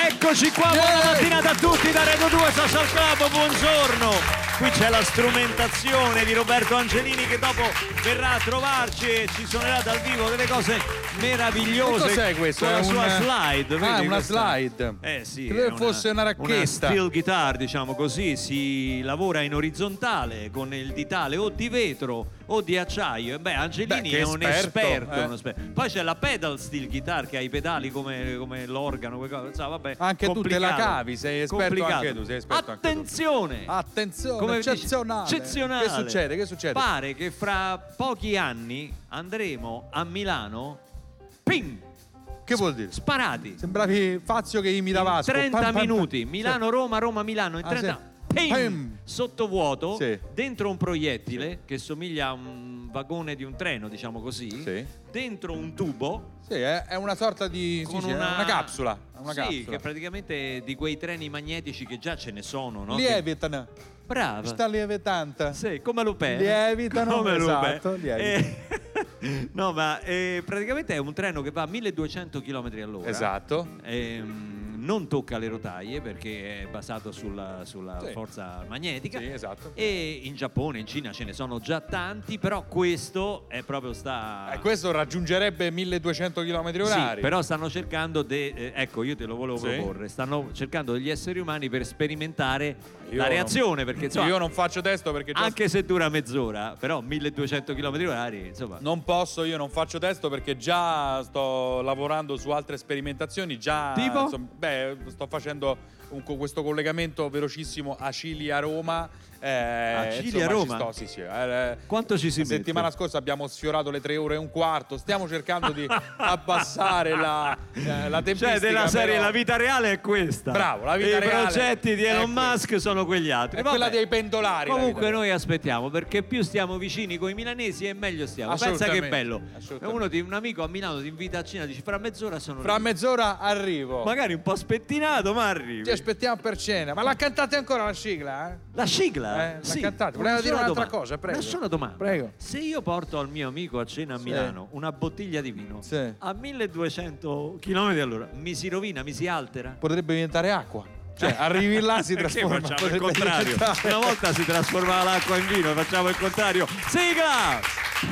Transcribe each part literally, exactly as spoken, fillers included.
Eccoci qua, buona mattinata a tutti da Radio due Social Club, buongiorno. Qui c'è la strumentazione di Roberto Angelini che dopo verrà a trovarci e ci suonerà dal vivo delle cose meravigliose. Che cos'è questo? Con la È sua un... slide. Ah, vedi, una questa... slide. Eh sì. Credo fosse una racchetta. Una steel guitar, diciamo così. Si lavora in orizzontale con il ditale o di vetro o di acciaio. Beh, Angelini Beh, è un esperto, esperto, eh. un esperto. Poi c'è la pedal steel guitar che ha i pedali come, come l'organo. Insomma, vabbè, anche tu te la cavi, sei esperto complicato. anche tu. Sei esperto Attenzione! Anche tu. Attenzione! Come eccezionale. eccezionale. Che succede? Che succede? Pare che fra pochi anni andremo a Milano. Ping! Che vuol dire? Sparati. Sembravi Fazio che imita Vasco. trenta Pam, pam, minuti. pam. Milano, Roma, Roma, Milano. In Ah, trenta sì. Ping! Pim! Sottovuoto. Sì. Dentro un proiettile che somiglia a un vagone di un treno, diciamo così. Sì. Dentro un tubo. Sì, è, è una sorta di Con sì, sì, una... una capsula. Una sì, capsula. che praticamente di quei treni magnetici che già ce ne sono, no? Lievitano. Che... Brava. Sta lievitando. Sì, come Lupin. Lievitano, come esatto, Lupin. lievitano. Eh, no, ma eh, praticamente è un treno che va a milleduecento chilometri all'ora. Esatto. Ehm, non tocca le rotaie perché è basato sulla, sulla Sì. forza magnetica. Sì, esatto. E in Giappone, in Cina ce ne sono già tanti, però questo è proprio sta... Eh, questo raggiungerebbe milleduecento chilometri orari. Sì, però stanno cercando de... eh, ecco, io te lo volevo Sì. proporre. Stanno cercando degli esseri umani per sperimentare Io la non- reazione, perché insomma, Io non faccio testo perché già anche se dura mezz'ora, però milleduecento chilometri orari, insomma. non posso, io non faccio testo perché già sto lavorando su altre sperimentazioni. Già, Tipo? insomma, beh, sto facendo un- questo collegamento velocissimo Acilia-Roma. Eh, Acilia-Roma? insomma, ci sto, sì, sì. Eh, Quanto ci si la mette? settimana scorsa abbiamo sfiorato le tre ore e un quarto. Stiamo cercando di abbassare la, eh, la tempistica. Cioè, della serie però- la vita reale è questa. Bravo, la vita e reale i progetti di è Elon questa. Musk sono quegli altri. È quella Vabbè. dei pendolari. la Comunque vita noi aspettiamo, perché più stiamo vicini con i milanesi e meglio stiamo. Pensa che Assolutamente, bello. assolutamente. Uno di, un amico a Milano ti invita a cena, dici fra mezz'ora sono Fra lì. mezz'ora arrivo. Magari un po' spettinato, ma arrivi. Ti aspettiamo per cena. Ma la cantate ancora la sigla? Eh? La sigla? Eh, la Sì. cantate. Una Voleva dire sola un'altra domanda. cosa, prego. Una sola domanda. Prego. Se io porto al mio amico a cena a Sì. Milano una bottiglia di vino Sì. a milleduecento chilometri all'ora, mi si rovina, mi si altera? Potrebbe diventare acqua. Cioè, arrivi là, si Perché trasforma. facciamo il potrebbe contrario? diventare- Una volta si trasformava l'acqua in vino, facciamo il contrario. Sigla!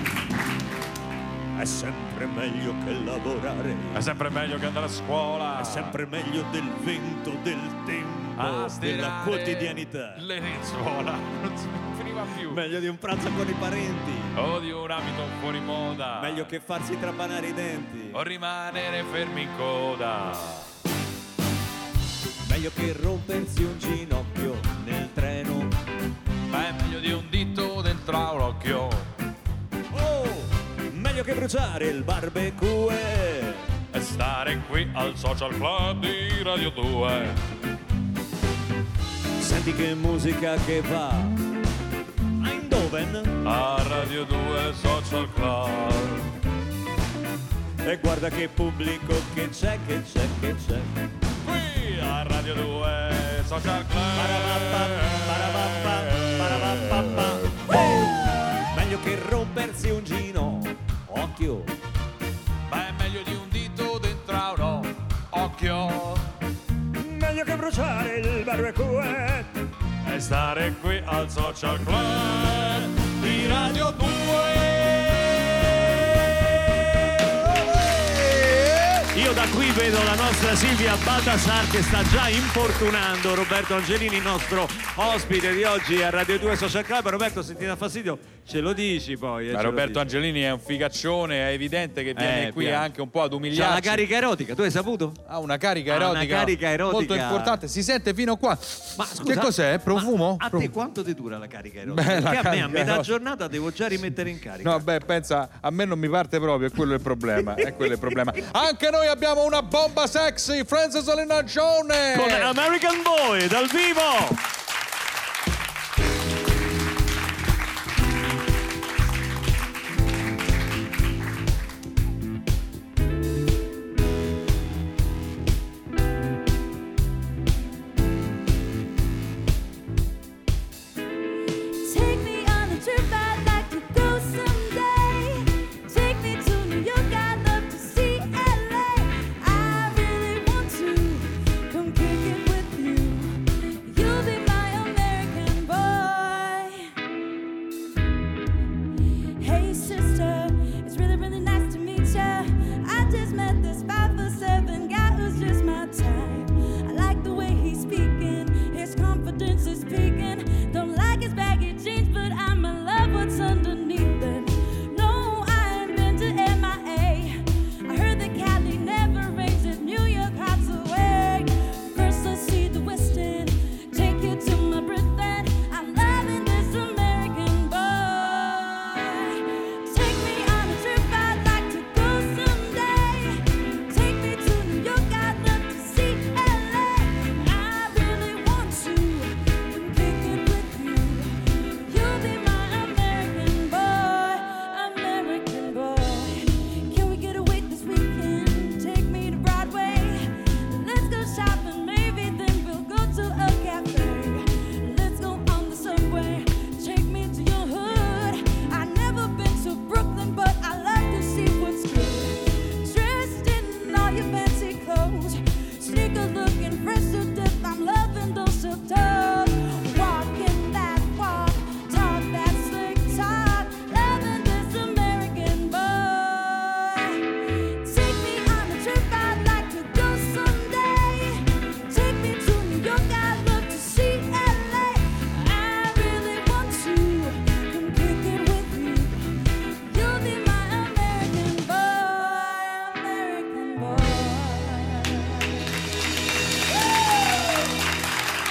È sempre meglio che lavorare. È sempre meglio che andare a scuola. È sempre meglio del vento, del tempo, a della stirare quotidianità. le lenzuola. Non si finiva più. Meglio di un pranzo con i parenti. O di un abito fuori moda. Meglio che farsi trapanare i denti. O rimanere fermi in coda. Meglio che rompersi un ginocchio nel treno. Ma è meglio di un dito dentro a un occhio. Oh! Meglio che bruciare il barbecue. E stare qui al social club di Radio due. Senti che musica che va. Eindhoven. A Radio due Social Club. E guarda che pubblico che c'è, che c'è, che c'è. Qui a Radio due Social Club. Parabappa, parabappa, parabappa. Oh! Meglio che rompersi un ginocchio. Ma è meglio di un dito dentro a un occhio. Meglio che bruciare il barbecue. E stare qui al Social Club di Radio due. Io da qui vedo la nostra Silvia Baldassar che sta già importunando Roberto Angelini, il nostro ospite di oggi a Radio due Social Club. Roberto, se ti dà fastidio, ce lo dici poi. Eh, Ma ce lo Roberto dici. Angelini è un figaccione, è evidente che viene Eh, qui piano. anche un po' ad C'ha umiliarci. una carica erotica, tu hai saputo? Ha una carica Ha una erotica, carica erotica. molto importante, si sente fino qua. Ma scusa, che cos'è? Profumo? ma a te Profumo. quanto ti dura la carica erotica? Beh, la Perché a me a carica metà erotica. giornata devo già rimettere in carica. No, beh, pensa, a me non mi parte proprio, è quello il problema, è quello il problema. Anche noi abbiamo una bomba sexy, Frances Olina Jones. Con American Boy dal vivo. Take me on a trip, I'd like to go someday. Take me to New York, I'd love to see L A. I really want to come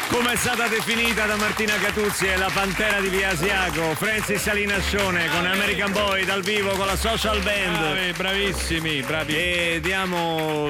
Come è stata definita da Martina Catuzzi, è la pantera di Via Asiago, Francis Salinascione con American Boy dal vivo con la Social Band. Bravi, bravissimi, bravi. E diamo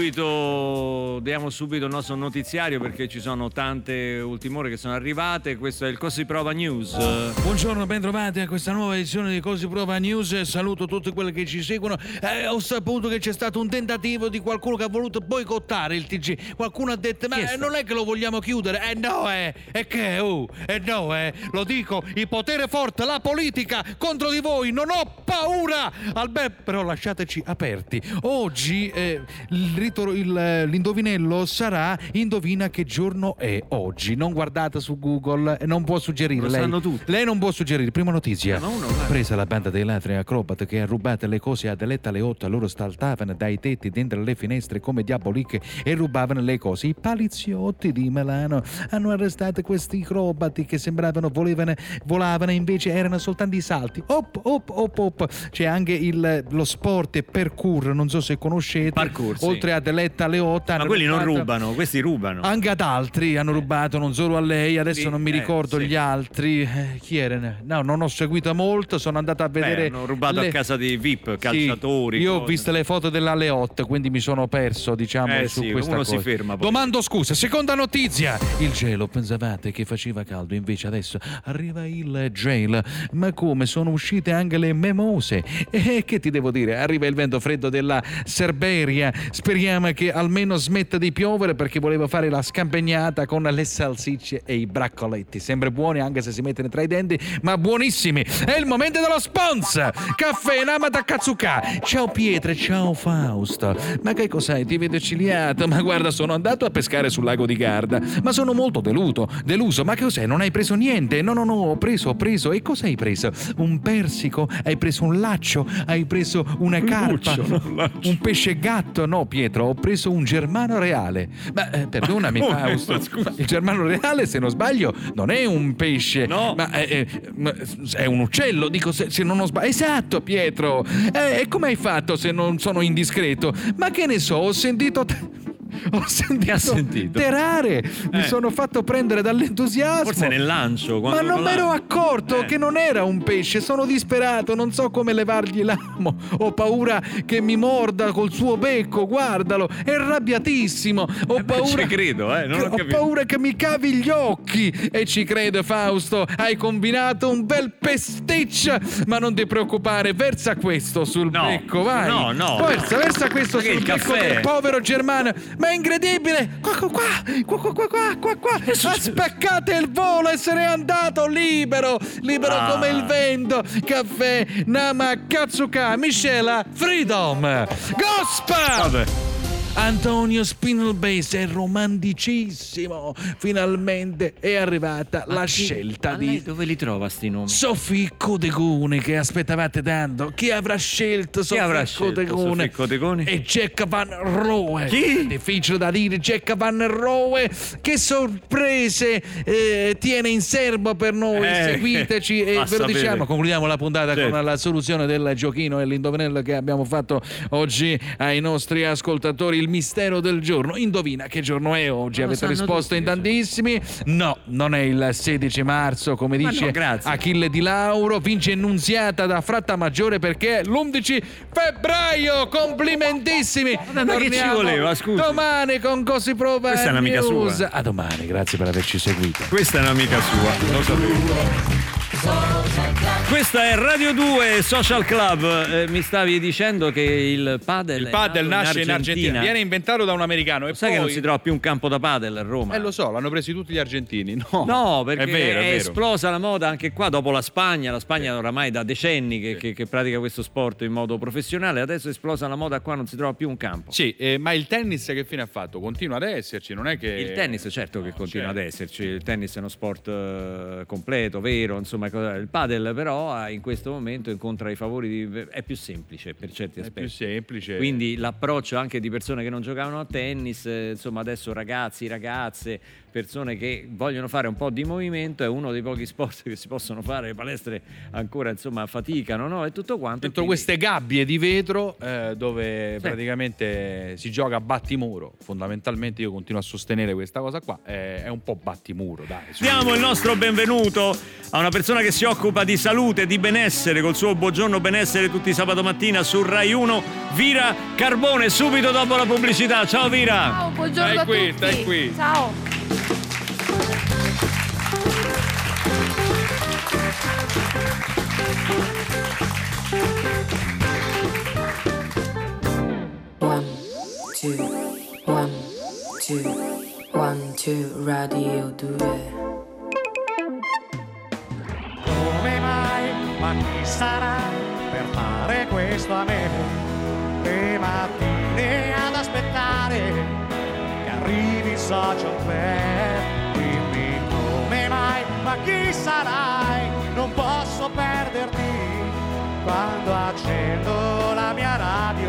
subito diamo subito il nostro notiziario perché ci sono tante ultime ore che sono arrivate. Questo è il Così Prova News. Buongiorno, ben trovati a questa nuova edizione di Così Prova News. Saluto tutti quelli che ci seguono. Eh, ho saputo che c'è stato un tentativo di qualcuno che ha voluto boicottare il T G. Qualcuno ha detto: ma eh, non è che lo vogliamo chiudere. Eh no, eh, e che? Oh, eh no, eh, lo dico, il potere forte, la politica contro di voi, non ho paura. Alberto, però lasciateci aperti. Oggi eh, il ritor- il, l'indovinello sarà: indovina che giorno è oggi. Non guardate su Google, non può suggerire. Lo lei, sanno tutti. lei non può suggerire. Prima notizia. Ma uno, vai. Presa la banda dei ladri acrobati che ha rubato le cose ad Aletta alle otto, loro saltavano dai tetti dentro le finestre come diaboliche e rubavano le cose. I poliziotti di Milano hanno arrestato questi acrobati che sembravano volevano, volavano, invece erano soltanto i salti. Op, op, op, op. C'è anche il, lo sport e parkour, non so se conoscete. Parkour, sì. Oltre ad Aletta alle otto. Ma quelli non rubano, questi rubano. Anche ad altri hanno rubato, non solo a lei. Adesso Sì, non mi eh, ricordo sì. gli altri. Eh, chi era? No, non ho seguito molto. Sono andato a vedere. Beh, hanno rubato le- a casa di V I P, Sì, calciatori. io ho cose. visto le foto dell'Ale otto, quindi mi sono perso, diciamo, Eh su sì, questa uno cosa. si ferma poi. Domando scusa. Seconda notizia. Il gelo, pensavate che faceva caldo, invece adesso arriva il gel. Ma come sono uscite anche le memose? E che ti devo dire? Arriva il vento freddo della Serberia. Speriamo che almeno smetta di piovere, perché volevo fare la scampegnata con le salsicce e i braccoletti. Sempre buoni anche se si mettono tra i denti, ma buonissimi. È il momento dello sponsor. Caffè Namata Katsuka. Ciao Pietre, ciao Fausto. Ma che cos'hai? Ti vedo ciliato. Ma guarda, sono andato a pescare sul lago di Garda, ma sono molto deluso. Deluso. Ma che cos'è? Non hai preso niente? No, no, no, ho preso, ho preso. E cosa hai preso? Un persico? Hai preso un laccio? Hai preso una carpa? Un pesce gatto? No, Pietro, ho preso un germano reale. Ma eh, perdonami, Come? Fausto. Ma scusa. Ma il germano reale, se non sbaglio, non è un pesce, No. ma è, è- ma è un uccello. Dico, se, se non ho sbagliato. Esatto, Pietro. Eh, E come hai fatto se non sono indiscreto? Ma che ne so, ho sentito. Ho sentito, ha sentito? terare. Mi Eh. sono fatto prendere dall'entusiasmo. Forse nel lancio. Ma quando non lo mi ero lanci. accorto Eh. che non era un pesce. Sono disperato, non so come levargli l'amo. Ho paura che mi morda col suo becco. Guardalo, è arrabbiatissimo. Ho Eh beh, paura. ci credo, eh, non che- ho ho capito. paura che mi cavi gli occhi. E ci credo, Fausto. Hai combinato un bel pesticcio. Ma non ti preoccupare, versa questo sul No, becco, vai. no, no, Versa, no. versa questo Ma che sul il becco caffè? del povero Germano. Ma è incredibile. Qua, qua, qua, qua, qua, qua, qua, qua, qua. Ha spaccato il volo e se n'è andato libero, libero Ah. come il vento. Caffè Nama Katsuka, Michela Freedom. Gospa! Vabbè. Antonio Spinelbase è romanticissimo. Finalmente è arrivata la scelta Ma di lei dove li trova sti nomi? Sofì Codegone, che aspettavate tanto. Chi avrà scelto Sofì avrà scelto Codegone? Sofì Codegone? E Jack Van Roe. Chi? Difficile da dire, Jack Van Roe. Che sorprese eh, tiene in serbo per noi. Eh, Seguiteci e fa ve lo sapere. diciamo. Concludiamo la puntata Certo. con la soluzione del giochino e l'indovinello che abbiamo fatto oggi ai nostri ascoltatori. Il mistero del giorno. Indovina che giorno è oggi? Ma lo Avete sanno risposto in tutti, tantissimi. No, non è il sedici marzo, come Ma dice no, grazie. Achille Di Lauro. Vince Annunziata da Frattamaggiore perché è l'undici febbraio. Complimentissimi. Ma che ci Torniamo voleva, scusi? domani con Così Prova Questa è un'amica News. sua. A domani, grazie per averci seguito. Questa è un'amica sua, lo sapevo. Questa è Radio due Social Club. Eh, mi stavi dicendo che il padel, Il padel è nasce nato in Argentina. Viene inventato da un americano. E Sai poi... che non si trova più un campo da padel a Roma? Eh, lo so, l'hanno presi tutti gli argentini. No, No, perché è vero, è è, vero. esplosa la moda anche qua dopo la Spagna. La Spagna oramai da decenni che, che- che pratica questo sport in modo professionale. Adesso è esplosa la moda qua, non si trova più un campo. Sì, eh, ma il tennis che fine ha fatto? Continua ad esserci, non è che... Il tennis certo che continua Certo. ad esserci, il tennis è uno sport eh, completo, vero, insomma cosa. Il padel però in questo momento incontra i favori di... è più semplice per certi È aspetti. più semplice. Quindi l'approccio anche di persone che non giocavano a tennis, eh, insomma adesso ragazzi, ragazze, persone che vogliono fare un po' di movimento, è uno dei pochi sport che si possono fare, le palestre ancora insomma faticano, no? E tutto quanto. Dentro quindi... queste gabbie di vetro eh, dove Sì. praticamente si gioca a battimuro, fondamentalmente io continuo a sostenere questa cosa qua, è, è un po' battimuro, dai. su. Diamo il nostro benvenuto a una persona che si occupa di salute e di benessere col suo Buongiorno Benessere tutti i sabato mattina su Rai uno, Vira Carbone, subito dopo la pubblicità. Ciao Vira! Ciao, buongiorno Stai a qui, tutti. stai qui. Ciao. One, two, one, two, one, two, radio due. Come mai? Ma chi sarà per fare questo a me? Le mattine ad aspettare che arrivi il social club. Dimmi come mai? Ma chi sarai? Non posso perderti quando accendo la mia radio.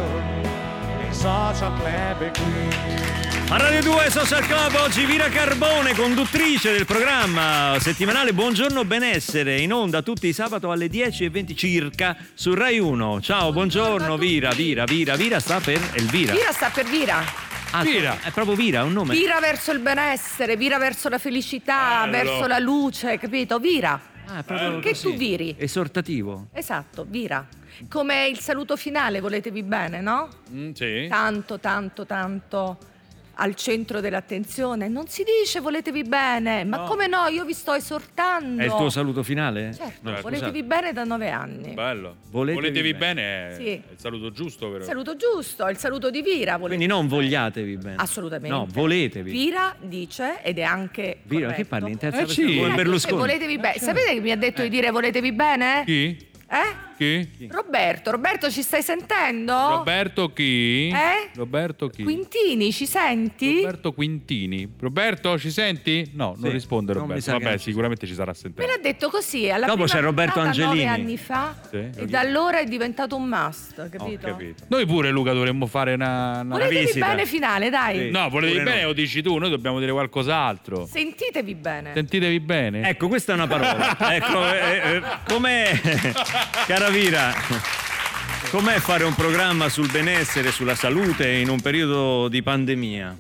Il social club è qui. A Radio due Social Club oggi Vira Carbone, conduttrice del programma settimanale Buongiorno Benessere, in onda tutti i sabato alle dieci e venti circa su Rai uno. Ciao, buongiorno Vira, Vira, Vira, Vira sta per Elvira. Vira sta per Vira. Ah, Vira. È proprio Vira, un nome. Vira verso il benessere, vira verso la felicità, Bello. verso la luce, capito? Vira. Ah, è proprio Che così. tu viri. Esortativo. Esatto, vira. Come il saluto finale, voletevi bene, no? Mm, sì. Tanto, tanto, tanto al centro dell'attenzione. Non si dice voletevi bene, ma come no, io vi sto esortando. È il tuo saluto finale? Certo, No, voletevi scusate. bene da nove anni. Bello. Voletevi Voletevi bene. bene, è Sì. è il saluto giusto, vero? Il saluto giusto, il saluto di Vira. volevi- Quindi non vogliatevi bene. Assolutamente. No, voletevi. Vira dice, ed è anche Vira, corretto. che parli in terza Eh, persona sì. come Vira dice, Berlusconi? voletevi bene. Sapete che mi ha detto di dire voletevi bene? Chi? Eh? Chi? Roberto, Roberto ci stai sentendo? Roberto chi? Eh? Roberto chi? Quintini, ci senti? Roberto Quintini. Roberto, ci senti? No, non Sì, risponde non mi Roberto. sa che Vabbè, non ci sicuramente ci sarà Me sentendo. l'ha detto così, alla Dopo prima c'è Roberto puntata, Angelini. nove anni fa, Sì, e ho da allora è diventato un must, capito? Ho capito. Noi pure, Luca, dovremmo fare una... una... Voletevi visita. bene finale, dai. Sì. No, volevi Pure no. bene o dici tu? Noi dobbiamo dire qualcos'altro. Sentitevi bene. Sentitevi bene. Ecco, questa è una parola. Ecco, eh, eh, com'è, cara Vira, com'è fare un programma sul benessere, sulla salute in un periodo di pandemia?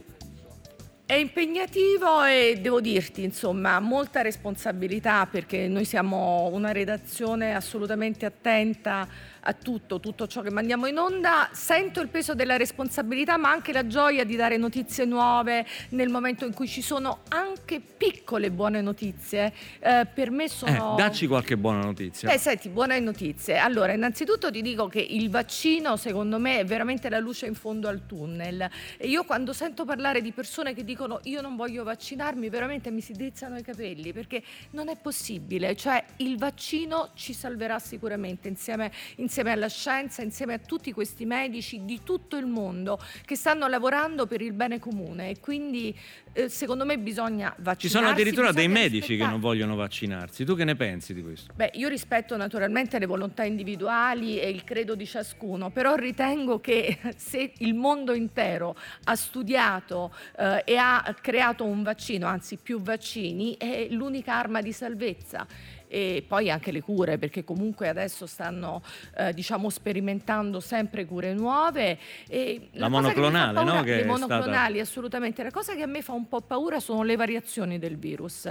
È impegnativo e devo dirti, insomma, molta responsabilità perché noi siamo una redazione assolutamente attenta a tutto, tutto ciò che mandiamo in onda. Sento il peso della responsabilità, ma anche la gioia di dare notizie nuove nel momento in cui ci sono anche piccole buone notizie. Eh, per me sono... Eh, dacci qualche buona notizia. Beh, senti, buone notizie. Allora, innanzitutto ti dico che il vaccino, secondo me, è veramente la luce in fondo al tunnel. E io quando sento parlare di persone che dicono io non voglio vaccinarmi, veramente mi si drizzano i capelli, perché non è possibile. Cioè, il vaccino ci salverà sicuramente, insieme, insieme alla scienza, insieme a tutti questi medici di tutto il mondo che stanno lavorando per il bene comune. E quindi, eh, secondo me, bisogna vaccinarsi. Ci sono addirittura dei bisogna medici che rispettare. non vogliono vaccinarsi. Tu che ne pensi di questo? Beh, io rispetto naturalmente le volontà individuali e il credo di ciascuno, però ritengo che se il mondo intero ha studiato eh, e ha creato un vaccino, anzi più vaccini, è l'unica arma di salvezza. E poi anche le cure, perché comunque adesso stanno eh, diciamo sperimentando sempre cure nuove. E La cosa che mi fa monoclonale, paura- no? Che le è monoclonali, assolutamente. La cosa che a me fa un po' paura sono le variazioni del virus,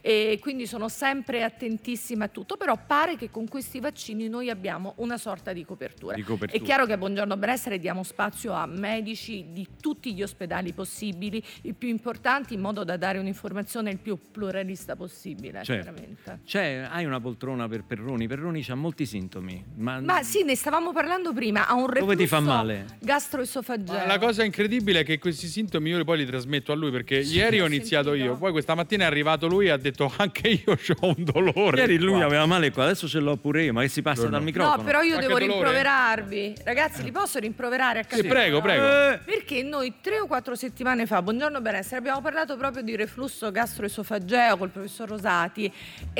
e quindi sono sempre attentissima a tutto, però pare che con questi vaccini noi abbiamo una sorta di copertura. Di copertura. È chiaro che a Buongiorno Benessere diamo spazio a medici di tutti gli ospedali possibili, i più importanti, in modo da dare un'informazione il più pluralista possibile. Certo. Chiaramente. C'è, hai una poltrona per Perroni? Perroni ha molti sintomi. Ma, Ma sì, ne stavamo parlando prima, ha un reflusso Dove ti fa male? gastroesofageo. Ma la cosa incredibile è che questi sintomi io poi li trasmetto a lui, perché ieri ho iniziato sentito. io, poi questa mattina è arrivato lui e ha detto anche io ho un dolore. Ieri lui qua. aveva male qua, adesso ce l'ho pure io, ma che si passa No, dal no. microfono? No, però io Qualche devo dolore? rimproverarvi. Ragazzi, li posso rimproverare a casa? Sì, prego, prego. Eh, Perché noi tre o quattro settimane fa, Buongiorno Benessere, abbiamo parlato proprio di reflusso gastroesofageo col professor Rosati ed è stato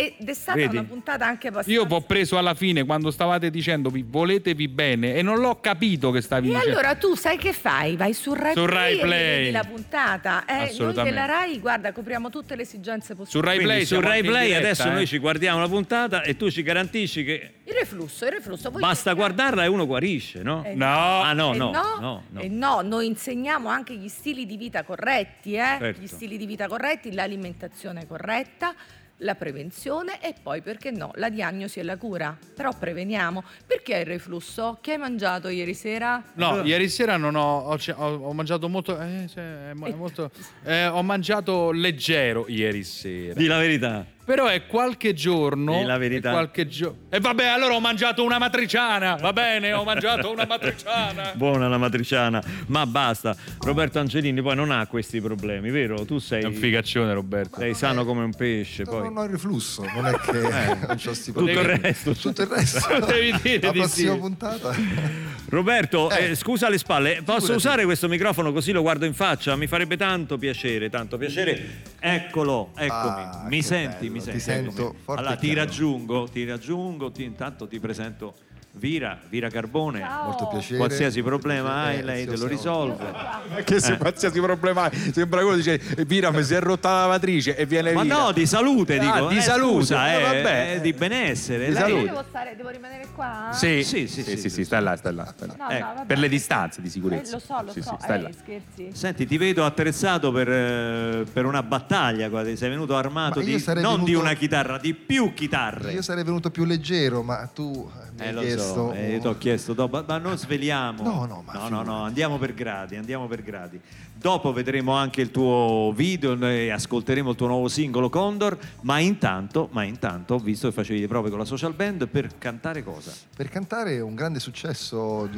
stata Vedi? una puntata anche abbastanza... Io vi ho preso alla fine quando stavate dicendo vi voletevi bene e non l'ho capito che stavi E dicendo. allora tu sai che fai? Vai su Rai Su Rai Play, Play. e vedi la puntata. Eh, noi Assolutamente. della Rai, guarda, copriamo tutte le esigenze possibili. Su Rai Quindi Play su siamo Rai anche in Play diretta, adesso eh. noi ci guardiamo la puntata e tu ci garantisci che Il reflusso, il reflusso. Voi basta guardarla e uno guarisce, no? Eh, No. Ah no, Eh no, no, no, no. eh no, noi insegniamo anche gli stili di vita corretti, eh? Certo. Gli stili di vita corretti, l'alimentazione corretta, la prevenzione e poi, perché no, la diagnosi e la cura. Però preveniamo. Perché hai il reflusso? Che hai mangiato ieri sera? No, ieri sera non ho, ho, ho- ho mangiato molto, eh, cioè, è mo- è molto eh, ho mangiato leggero ieri sera. Di la verità. Però è qualche giorno. Di la verità. è qualche gio- E vabbè, allora ho mangiato una matriciana. Va bene, ho mangiato una matriciana. Buona la matriciana, ma basta. Roberto Angelini poi non ha questi problemi, vero? Tu sei È un figaccione, Roberto. sei sano come un pesce, No, poi non ho il reflusso, non è che non c'ho sti tutto il problemi. resto. Tutto il resto. Devi dire La di prossima sì. puntata. Roberto, Eh. eh, scusa alle spalle, posso Figurati. usare questo microfono così lo guardo in faccia? Mi farebbe tanto piacere, tanto piacere. Eccolo, eccomi. Ah, mi che senti, bello, mi ti senti. sento eccomi. forte Allora e ti chiaro. raggiungo, ti raggiungo, ti, intanto ti presento Vira, Vira Carbone. Ciao. Molto piacere. Qualsiasi problema hai, Eh, lei sì, te lo sì, risolve. Che se qualsiasi problema hai, sembra quello che dice Vira mi si è rotta la lavatrice e viene Ma via. no, di salute Ah, dico. di eh, salute. scusa, Eh, eh, vabbè. eh, di benessere. Di lei- salute. Io devo, stare, devo rimanere qua? Sì, Sì, sì, sì, sì, sì, sta là, sta là, sta là. No, Eh, no, vabbè. Per le distanze di sicurezza. Eh, lo so, lo Sì, so. sì, sta eh, là. scherzi. Senti, ti vedo attrezzato per, eh, per una battaglia, quasi. Sei venuto armato Ma io di, sarei non di venuto- una chitarra, di più chitarre. Io sarei venuto più leggero, ma tu mi Eh, hai lo chiesto. so, eh, io ti ho chiesto dopo, ma, ma non sveliamo. No, no, ma no, no, figurati. no, andiamo per gradi, andiamo per gradi. Dopo vedremo anche il tuo video e ascolteremo il tuo nuovo singolo Condor, ma intanto, ma intanto ho visto che facevi proprio con la social band per cantare cosa? Per cantare un grande successo di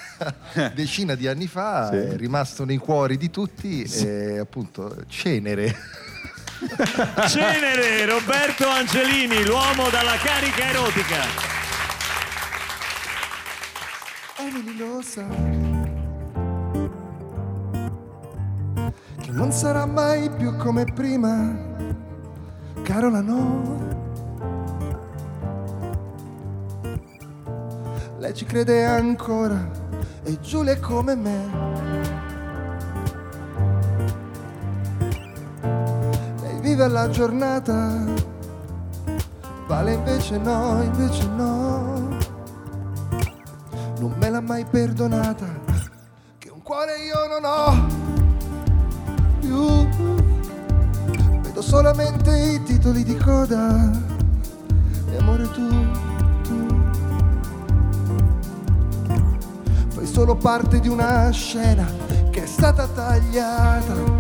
una decina di anni fa, è rimasto nei cuori di tutti, e appunto Cenere. Cenere, Roberto Angelini, l'uomo dalla carica erotica. Emily lo sa che non sarà mai più come prima, Carola no. Lei ci crede ancora e Giulia è come me. Lei vive alla giornata, Vale invece no, invece no. Non me l'ha mai perdonata, che un cuore io non ho più. Vedo solamente i titoli di coda. E amore tu, tu fai solo parte di una scena che è stata tagliata.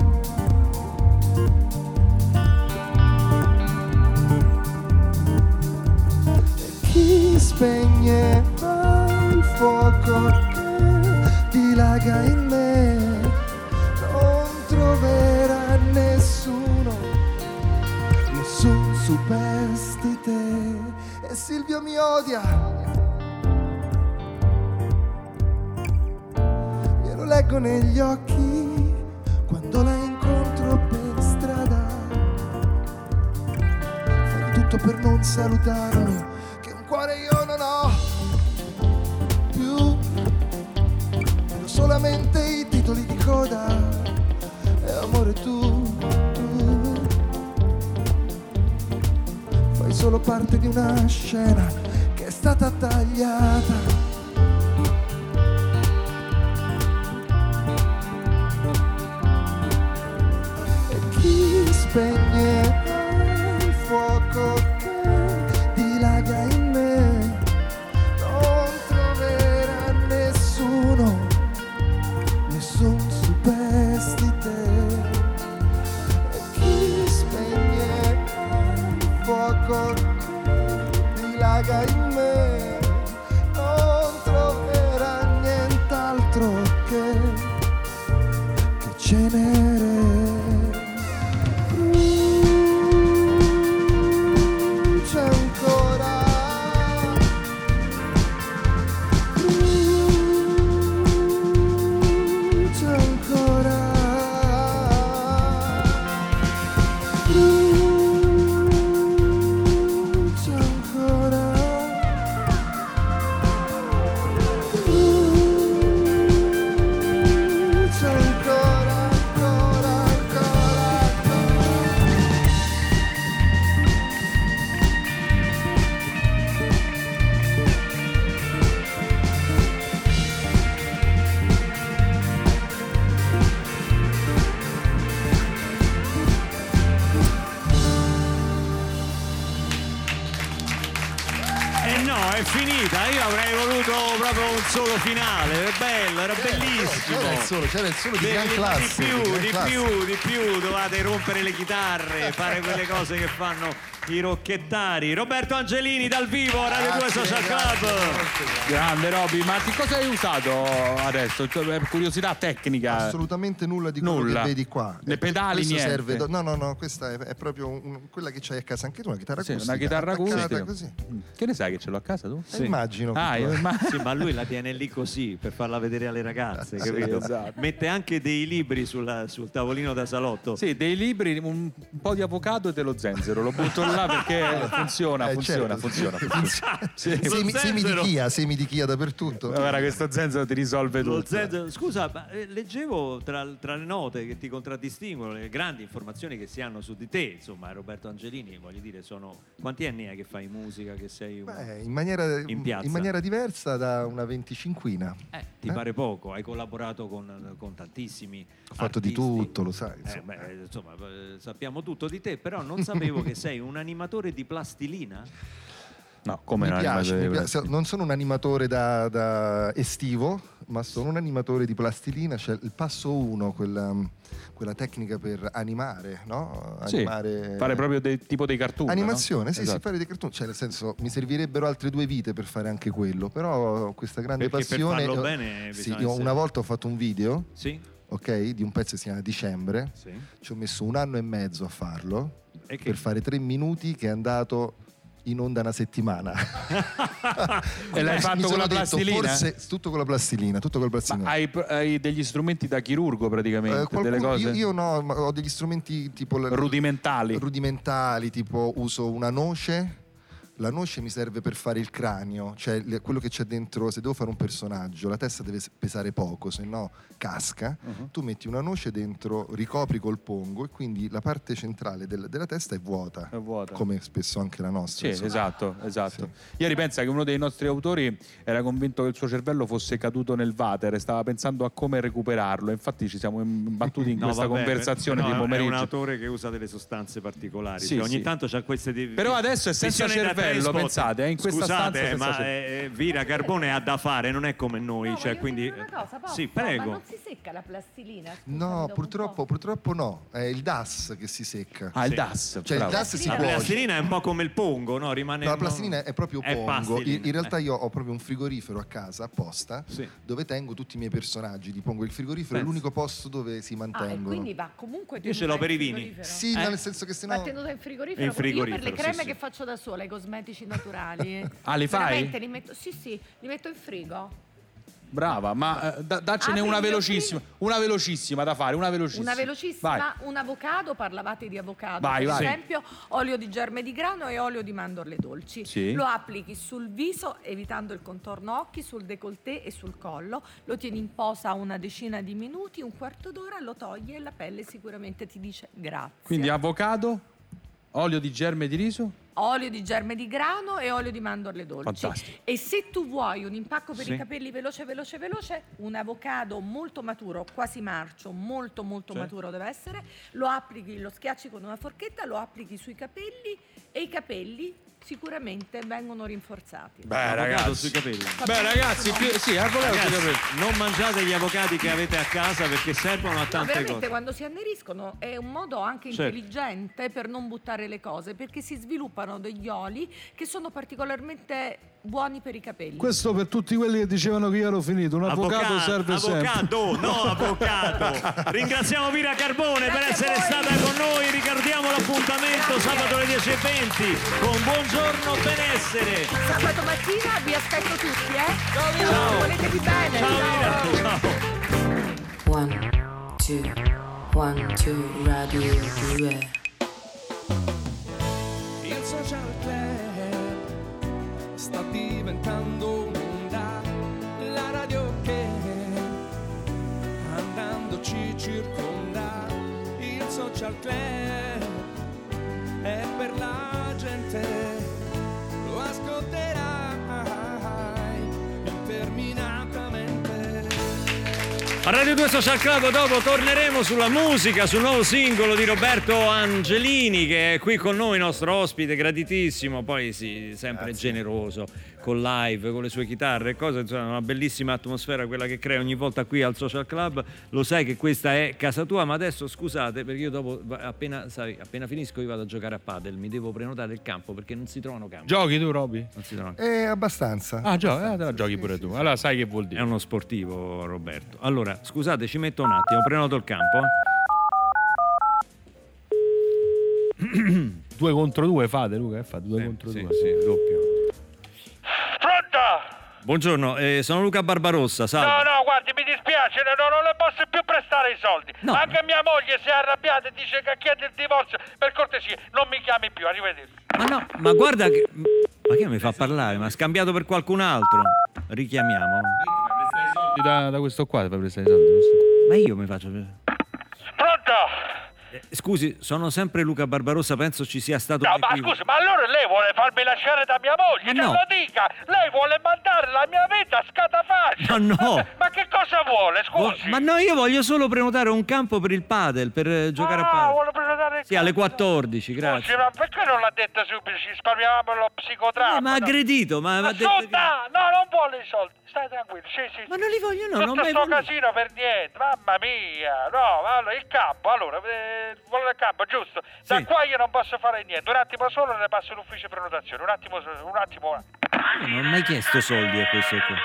E chi spegneva il fuoco che dilaga in me non troverà nessuno, nessun superstite. E Silvio mi odia, glielo leggo negli occhi quando la incontro per strada. Fai di tutto per non salutarmi, che un cuore io non ho più. Vedo solamente i titoli di coda. E amore tu, tu fai solo parte di una scena che è stata tagliata. E chi spegne il fuoco che dilaga in me non troverà nessuno, nessun superstite. E chi spegne il fuoco che dilaga in me non troverà nient'altro che, che cenere. C'è ancora, c'è ancora, finita, io avrei voluto proprio un solo finale, è bello, era bellissimo. C'era il solo, c'era il solo di Di- gran di- classe. Di più, gran di classe. più, di più, dovete rompere le chitarre, fare quelle cose che fanno i rocchettari. Roberto Angelini dal vivo, Radio due Social Club. Grande Roby, ma che cosa hai usato adesso? Cioè, per curiosità tecnica? Assolutamente nulla di quello Nulla. che vedi qua. Le Eh, pedali, questo niente. serve do- no, no, no, questa è, è proprio un- quella che c'hai a casa anche tu, una chitarra Sì, acustica. una chitarra attaccata acustica. così. Che ne sai che ce l'ho a casa tu? Eh, Immagino. che Ah, tu- io immagino. Sì, ma lui la tiene lì così per farla vedere alle ragazze, Sì, capito? esatto. Mette anche dei libri sulla- sul tavolino da salotto. Sì, dei libri, un, un po' di avocado e dello zenzero. Lo butto là perché funziona, Eh, funziona, certo. funziona, funziona. Sì. Semi, Lo semi di zenzero. chia, semi di chia dappertutto. Guarda, questo zenzero ti risolve Lo tutto. zenzero- Scusa, ma eh, leggevo tra, tra le note che ti contraddistinguono le grandi informazioni che si hanno su di te, insomma, Roberto Angelini, voglio dire, sono quanti anni è che fai musica, che sei un... Beh, in maniera, In piazza. in maniera diversa da una venticinquina. Eh, ti Eh? pare poco, hai collaborato con, con tantissimi Ho fatto di artisti. tutto, lo sai. Eh, Insomma. beh, insomma, eh, sappiamo tutto di te, però non sapevo che sei un animatore di plastilina. No, come Mi no, piace, animatore mi di piace. plastica. Non sono un animatore da, da estivo, ma sono un animatore di plastilina. C'è il passo uno, quella, quella tecnica per animare, no? Sì, Animare... fare proprio dei, tipo dei cartoon. Animazione, no? sì, Esatto. sì, fare dei cartoon, cioè nel senso mi servirebbero altre due vite per fare anche quello, però ho questa grande Perché per passione. farlo io- bene sì, bisogna io essere- una volta ho fatto un video, Sì? ok, di un pezzo che si chiama Dicembre, Sì. ci ho messo un anno e mezzo a farlo E che... per fare tre minuti che è andato in onda una settimana. E l'hai Mi fatto sono con la detto, plastilina? Forse tutto con la plastilina, tutto con la plastilina. Ma hai, hai degli strumenti da chirurgo praticamente, Eh, qualcuno- delle cose io, io no, ma ho degli strumenti tipo la- rudimentali. rudimentali, tipo uso una noce. La noce mi serve per fare il cranio, cioè le- quello che c'è dentro. Se devo fare un personaggio, la testa deve s- pesare poco, se no casca. Uh-huh. Tu metti una noce dentro, ricopri col pongo e quindi la parte centrale del- della testa è vuota, È vuota. come spesso anche la nostra. Sì, insomma. esatto, esatto. Ieri pensa che uno dei nostri autori era convinto che il suo cervello fosse caduto nel water e stava pensando a come recuperarlo. Infatti ci siamo imbattuti in No, questa vabbè, conversazione no, di è un pomeriggio. autore che usa delle sostanze particolari, Sì, cioè, ogni sì. tanto c'ha queste di- Però adesso è senza visioni da cervello, trainspot. pensate, è in questa Scusate, stanza senza ma cervello. eh, Vira Carbone ha da fare, non è come noi, No, cioè, voglio quindi sapere una cosa, posso? sì, Ma prego. non si secca la plastilina? Scusami, No, dopo un purtroppo, po'. purtroppo no, è il D A S che si secca. Ah, il Sì. D A S. Cioè bravo. il D A S si La cuoce. plastilina è un po' come il pongo, no? Rimane No, la no? plastilina è proprio È pongo. plastilina, In, in realtà eh. io ho proprio un frigorifero a casa apposta Sì. dove tengo tutti i miei personaggi. Li pongo il frigorifero, è Pensa. l'unico posto dove si Ah, e mantengono. quindi va comunque Io ce tenuta l'ho per in i vini. frigorifero? Sì, Eh? no, nel senso che se Va no. tenuta in frigorifero, In perché io per frigorifero, le creme sì, sì. che faccio da sola, i cosmetici naturali. Ah, li fai? veramente li metto, sì, sì, li metto in frigo. Brava, ma eh, da- daccene Apri una il mio velocissima, una velocissima da fare, una velocissima. Una velocissima, Vai. un avocado, parlavate di avocado, Vai, per vai. esempio, olio di germe di grano e olio di mandorle dolci. Sì. Lo applichi sul viso, evitando il contorno occhi, sul décolleté e sul collo, lo tieni in posa una decina di minuti, un quarto d'ora, lo togli e la pelle sicuramente ti dice grazie. Quindi avocado, olio di germe di riso. Olio di germe di grano e olio di mandorle dolci. Fantastico. E se tu vuoi un impacco per Sì. i capelli veloce, veloce, veloce, un avocado molto maturo, quasi marcio, molto, molto Sì. maturo deve essere, lo applichi, lo schiacci con una forchetta, lo applichi sui capelli e i capelli sicuramente vengono rinforzati. Beh, Avocado ragazzi. sui capelli. Beh, ragazzi, più- sì, avocado sui Ragazzi, capelli. non mangiate gli avocati che avete a casa perché servono a No, tante veramente cose. quando si anneriscono è un modo anche Certo. intelligente per non buttare le cose, perché si sviluppano degli oli che sono particolarmente buoni per i capelli. Questo per tutti quelli che dicevano che io ero finito. Un avvocato serve sempre. avvocato, no avvocato. Ringraziamo Vira Carbone per Grazie a essere voi. stata con noi. Ricordiamo l'appuntamento Grazie. sabato alle dieci e venti con Buongiorno Benessere. Sabato mattina vi aspetto tutti, eh? Ciao, Ciao. voletevi bene. Ciao Vira, ciao. One, two, one, two, Radio due. Il social club sta diventando un'onda, la radio che andando ci circonda. Il social club è per la gente, lo ascolterai interminatamente. A Radio due Social Club dopo torneremo sulla musica, sul nuovo singolo di Roberto Angelini che è qui con noi, nostro ospite graditissimo, poi sì, sempre generoso. con live, con le sue chitarre e cose, insomma una bellissima atmosfera quella che crea ogni volta qui al Social Club. Lo sai che questa è casa tua, ma adesso scusate perché io dopo appena, sai, appena finisco io vado a giocare a padel, mi devo prenotare il campo perché non si trovano campi. Giochi tu, Roby? Non si trovano. Eh, abbastanza. Ah, gio- eh, te la giochi pure tu. Allora sai che vuol dire. È uno sportivo, Roberto. Allora, scusate, ci metto un attimo, prenoto il campo. Eh. Due contro due fate, Luca? Che fate? Due Eh, contro sì, due. sì, doppio. Pronto? Buongiorno, eh, sono Luca Barbarossa, salve. No, no, guardi, mi dispiace, no, non le posso più prestare i soldi. No. Anche mia moglie si è arrabbiata e dice che chiede il divorzio. Per cortesia, non mi chiami più, arrivederci. Ma no, ma guarda che... Ma che mi fa parlare? Ma ha scambiato per qualcun altro? Richiamiamo. Da, da questo qua ti fai prestare i soldi. questo. Ma io mi faccio... Pronto? Eh, scusi, sono sempre Luca Barbarossa, penso ci sia stato No, un ma equivoco. scusi, ma allora lei vuole farmi lasciare da mia moglie? Ma Che no. lo dica! Lei vuole mandare la mia vita a scatafascio! Ma no. Ma che cosa vuole, scusi? Ma no, io voglio solo prenotare un campo per il padel, per eh, giocare a Ah, padel. vuole prenotare il Sì, alle campo? quattordici, Scusi, grazie. ma perché non l'ha detto subito? Ci spalmiavamo lo psicodramma. Eh, ma ha no? aggredito, ma ma ha detto che- Assunta! No, non vuole i soldi. Stai tranquillo, sì, sì. Ma non li voglio, no, non Tutto mai sto voluto. casino per niente, mamma mia. No, ma allora il campo, allora, eh, vuole il campo, giusto? Da Sì. qua io non posso fare niente. Un attimo solo ne passo l'ufficio prenotazione. Un attimo, solo, un attimo. Io non ho mai chiesto soldi a questo qui.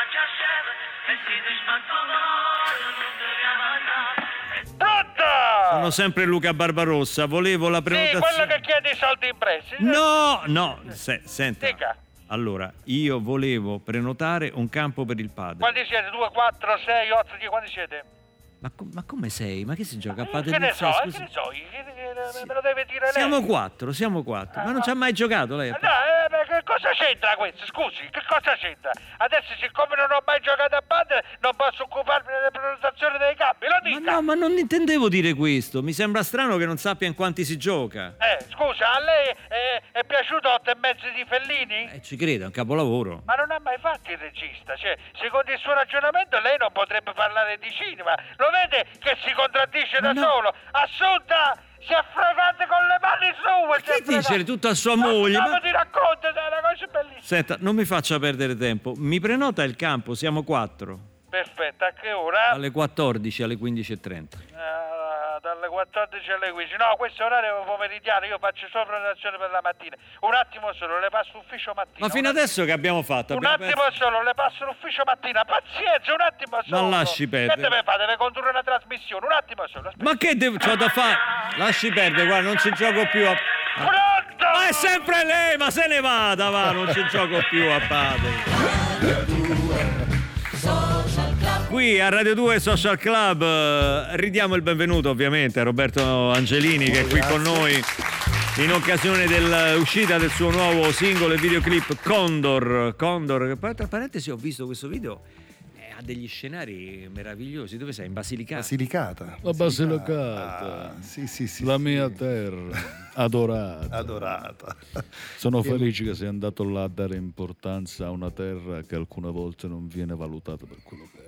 Pronto? Sono sempre Luca Barbarossa, volevo la Sì, prenotazione. quello che chiede i soldi in prestito. No, no, se- senta. Dica. Allora, io volevo prenotare un campo per il padel. Quanti siete? due, quattro, sei, otto, dieci, quanti siete? Ma, co- ma come sei? Ma che si gioca a padel? Che ne so, Scusi. eh, che ne so, io, che- che- me lo deve dire lei. Siamo quattro, siamo quattro. Ma non ci ha mai giocato lei? a Eh, padel? No, eh, ma che cosa c'entra questo? Scusi, che cosa c'entra? Adesso, siccome non ho mai giocato a padel, non posso occuparmi delle prenotazioni dei campi, lo Ma dica! no, ma non intendevo dire questo. Mi sembra strano che non sappia in quanti si gioca. Eh, scusa, a lei è, è piaciuto otto e mezzo di Fellini? Eh, ci credo, è un capolavoro. Ma non ha mai fatto il regista, cioè, secondo il suo ragionamento lei non potrebbe parlare di cinema. Lo vede che si contraddice da no. solo? Assunta, si è fregata con le mani sue! si è Che dice fregata. tutto a sua moglie? Ma, Ma- ma ti racconto, è una cosa bellissima. Senta, non mi faccia perdere tempo. Mi prenota il campo, siamo quattro. Perfetto, a che ora? Alle quattordici, alle quindici e trenta. Ah, dalle quattordici alle quindici. No, questo è orario pomeridiano, io faccio solo prenotazione per la mattina. Un attimo solo, le passo l'ufficio mattina. Ma fino Un adesso che abbiamo fatto? Un Abbiamo attimo solo, le passo l'ufficio mattina. Pazienza, un attimo solo. Ma lasci perdere. Che deve fare? Deve condurre una trasmissione. Un attimo solo. Aspetta. Ma che devo, c'ho da fare? Lasci perdere, guarda, non ci gioco più a... Pronto? Ma è sempre lei, ma se ne vada, va, non ci gioco più a padel. Qui a Radio due Social Club eh, ridiamo il benvenuto ovviamente a Roberto Angelini che è qui con noi in occasione dell'uscita del suo nuovo singolo e videoclip Condor. Condor, che poi tra parentesi ho visto questo video, eh, ha degli scenari meravigliosi. Dove sei? In Basilicata? Basilicata. La Basilicata, Ah, sì, sì, sì. la sì. mia terra, adorata. Adorata. Sono felice che sei andato là a dare importanza a una terra che alcune volte non viene valutata per quello che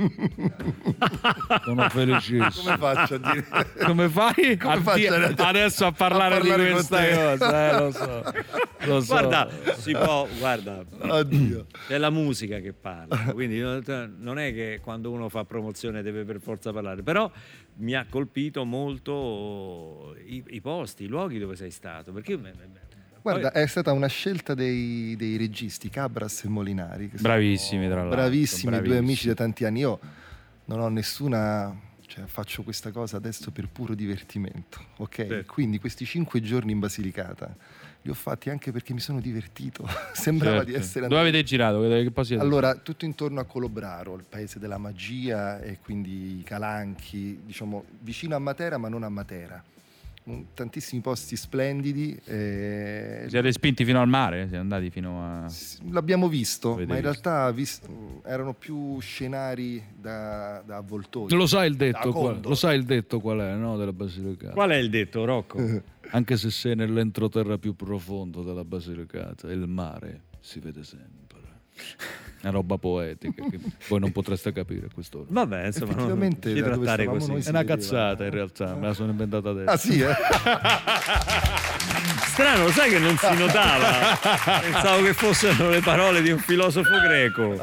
è. Sono felicissimo. Come faccio a dire? Come fai Come a faccio di- a- adesso a parlare, a parlare di con questa te? cosa? Eh, lo so, lo so. Guarda, si può, guarda, Oddio. è la musica che parla, quindi non è che quando uno fa promozione deve per forza parlare, però mi ha colpito molto i, i posti, i luoghi dove sei stato, perché Guarda, è stata una scelta dei, dei registi Cabras e Molinari. Che sono Bravissimi, tra l'altro, Bravissimi, due bravissimi. amici da tanti anni. Io non ho nessuna... Cioè, faccio questa cosa adesso per puro divertimento, ok? Certo. Quindi questi cinque giorni in Basilicata li ho fatti anche perché mi sono divertito. Sembrava Certo. di essere Dove avete girato? Che poi siete? Allora, tutto intorno a Colobraro, il paese della magia e quindi i calanchi, diciamo vicino a Matera ma non a Matera. Un- tantissimi posti splendidi. eh, Siete spinti fino al mare? Siete andati fino a... L'abbiamo visto, Avete ma in visto. realtà vis- erano più scenari da, da avvoltoio. Lo sai il Da detto, qual, Condor. lo sai il detto qual è, no, della Basilicata? qual è il detto, Rocco? Anche se sei nell'entroterra più profondo della Basilicata, il mare si vede sempre. È una roba poetica che voi non potreste capire a quest'ora. Vabbè, insomma, non Effettivamente, ci da dove trattare stavamo così. noi È una cazzata in realtà, me la sono inventata adesso. Ah sì, eh? Strano, sai che non si notava? Pensavo che fossero le parole di un filosofo greco.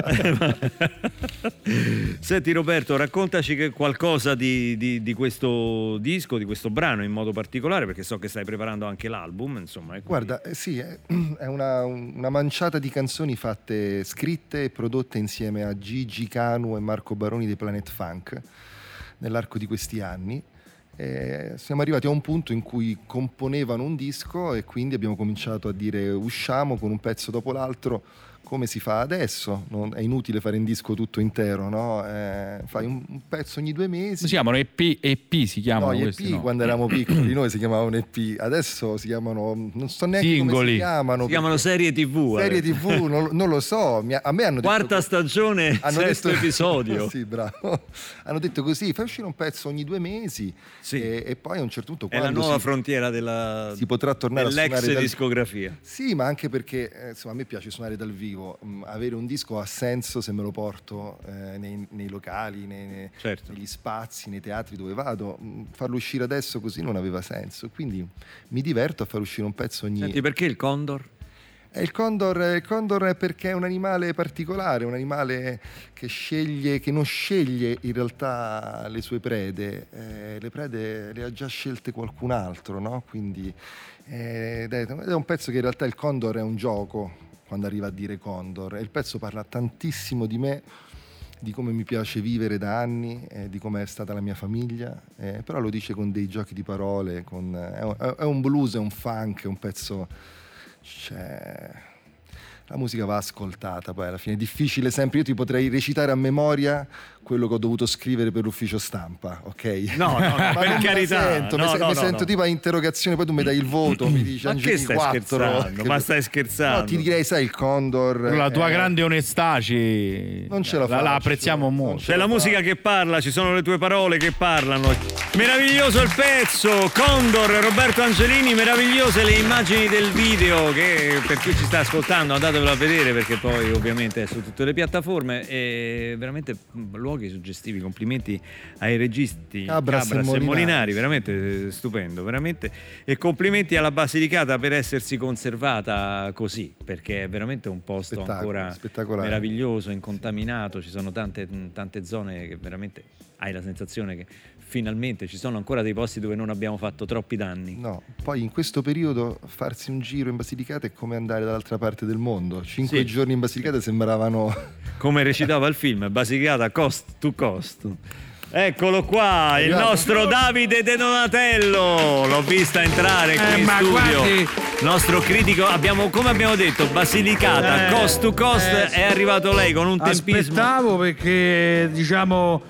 Senti Roberto, raccontaci che qualcosa di, di, di questo disco, di questo brano in modo particolare, perché so che stai preparando anche l'album, insomma. Guarda, eh, sì, è, è una, una manciata di canzoni fatte, scritte e prodotte insieme a Gigi Canu e Marco Baroni dei Planet Funk nell'arco di questi anni. E siamo arrivati a un punto in cui componevano un disco e quindi abbiamo cominciato a dire usciamo con un pezzo dopo l'altro, come si fa adesso. Non, è inutile fare un disco tutto intero, no? Eh, fai un, un pezzo ogni due mesi. Si chiamano E P, E P si chiamano no, gli questi, E P no? quando eravamo piccoli noi si chiamavano E P, adesso si chiamano, non so neanche Singoli. come si chiamano. Si chiamano serie tivù. Serie adesso. tivù, non, non lo so. Mi- A me hanno detto Quarta stagione, hanno sesto detto, episodio. Sì, bravo. Hanno detto così, fai uscire un pezzo ogni due mesi Sì. e, e poi a un certo punto È la quando nuova si, frontiera della, si potrà tornare a dell'ex suonare dal- discografia. Sì, ma anche perché eh, insomma, a me piace suonare dal vivo. Mm, avere un disco ha senso se me lo porto eh, nei, nei locali, nei, nei- Certo. negli spazi, nei teatri dove vado. Mm, farlo uscire adesso così non aveva senso. Quindi mi diverto a far uscire un pezzo ogni... Senti, perché il Condor? Eh, Il condor, il condor è perché è un animale particolare, un animale che sceglie, che non sceglie in realtà le sue prede, eh, le prede le ha già scelte qualcun altro, no? Quindi eh, ed è ed è un pezzo che in realtà il condor è un gioco quando arriva a dire condor, e il pezzo parla tantissimo di me, di come mi piace vivere da anni, eh, di come è stata la mia famiglia, eh, però lo dice con dei giochi di parole, con, è, un- è un blues, è un funk, è un pezzo... Cioè, la musica va ascoltata, poi alla fine è difficile sempre. Io ti potrei recitare a memoria quello che ho dovuto scrivere per l'ufficio stampa, ok? No, no, no, Ma per non me la carità. sento, No, mi, se- no, mi no, sento no. tipo a interrogazione, poi tu mi dai il voto, mi dici Ma che Angelini stai quattro. scherzando? Ma stai scherzando? No, ti direi, sai, il Condor. La tua eh, grande onestà ci... Non ce la la, faccio. la apprezziamo molto. C'è la musica che parla, ci sono le tue parole che parlano. Meraviglioso il pezzo, Condor, Roberto Angelini, meravigliose le immagini del video che per chi ci sta ascoltando andatevelo a vedere perché poi ovviamente è su tutte le piattaforme e veramente mh, luoghi suggestivi, complimenti ai registi Cabras e e Molinari. Molinari, veramente stupendo, veramente e complimenti alla Basilicata per essersi conservata così perché è veramente un posto Spettacolo, ancora spettacolare. meraviglioso, incontaminato, ci sono tante, tante zone che veramente hai la sensazione che finalmente ci sono ancora dei posti dove non abbiamo fatto troppi danni. No, poi in questo periodo farsi un giro in Basilicata è come andare dall'altra parte del mondo. Cinque Sì. giorni in Basilicata sembravano... Come recitava il film, Basilicata cost to cost. Eccolo qua, il Arrivato. nostro Davide De Donatello. L'ho vista entrare qui Eh, in ma studio. guardi- Nostro critico, abbiamo, come abbiamo detto, Basilicata, Eh, cost to cost, eh, è arrivato lei con un tempismo. Aspettavo perché diciamo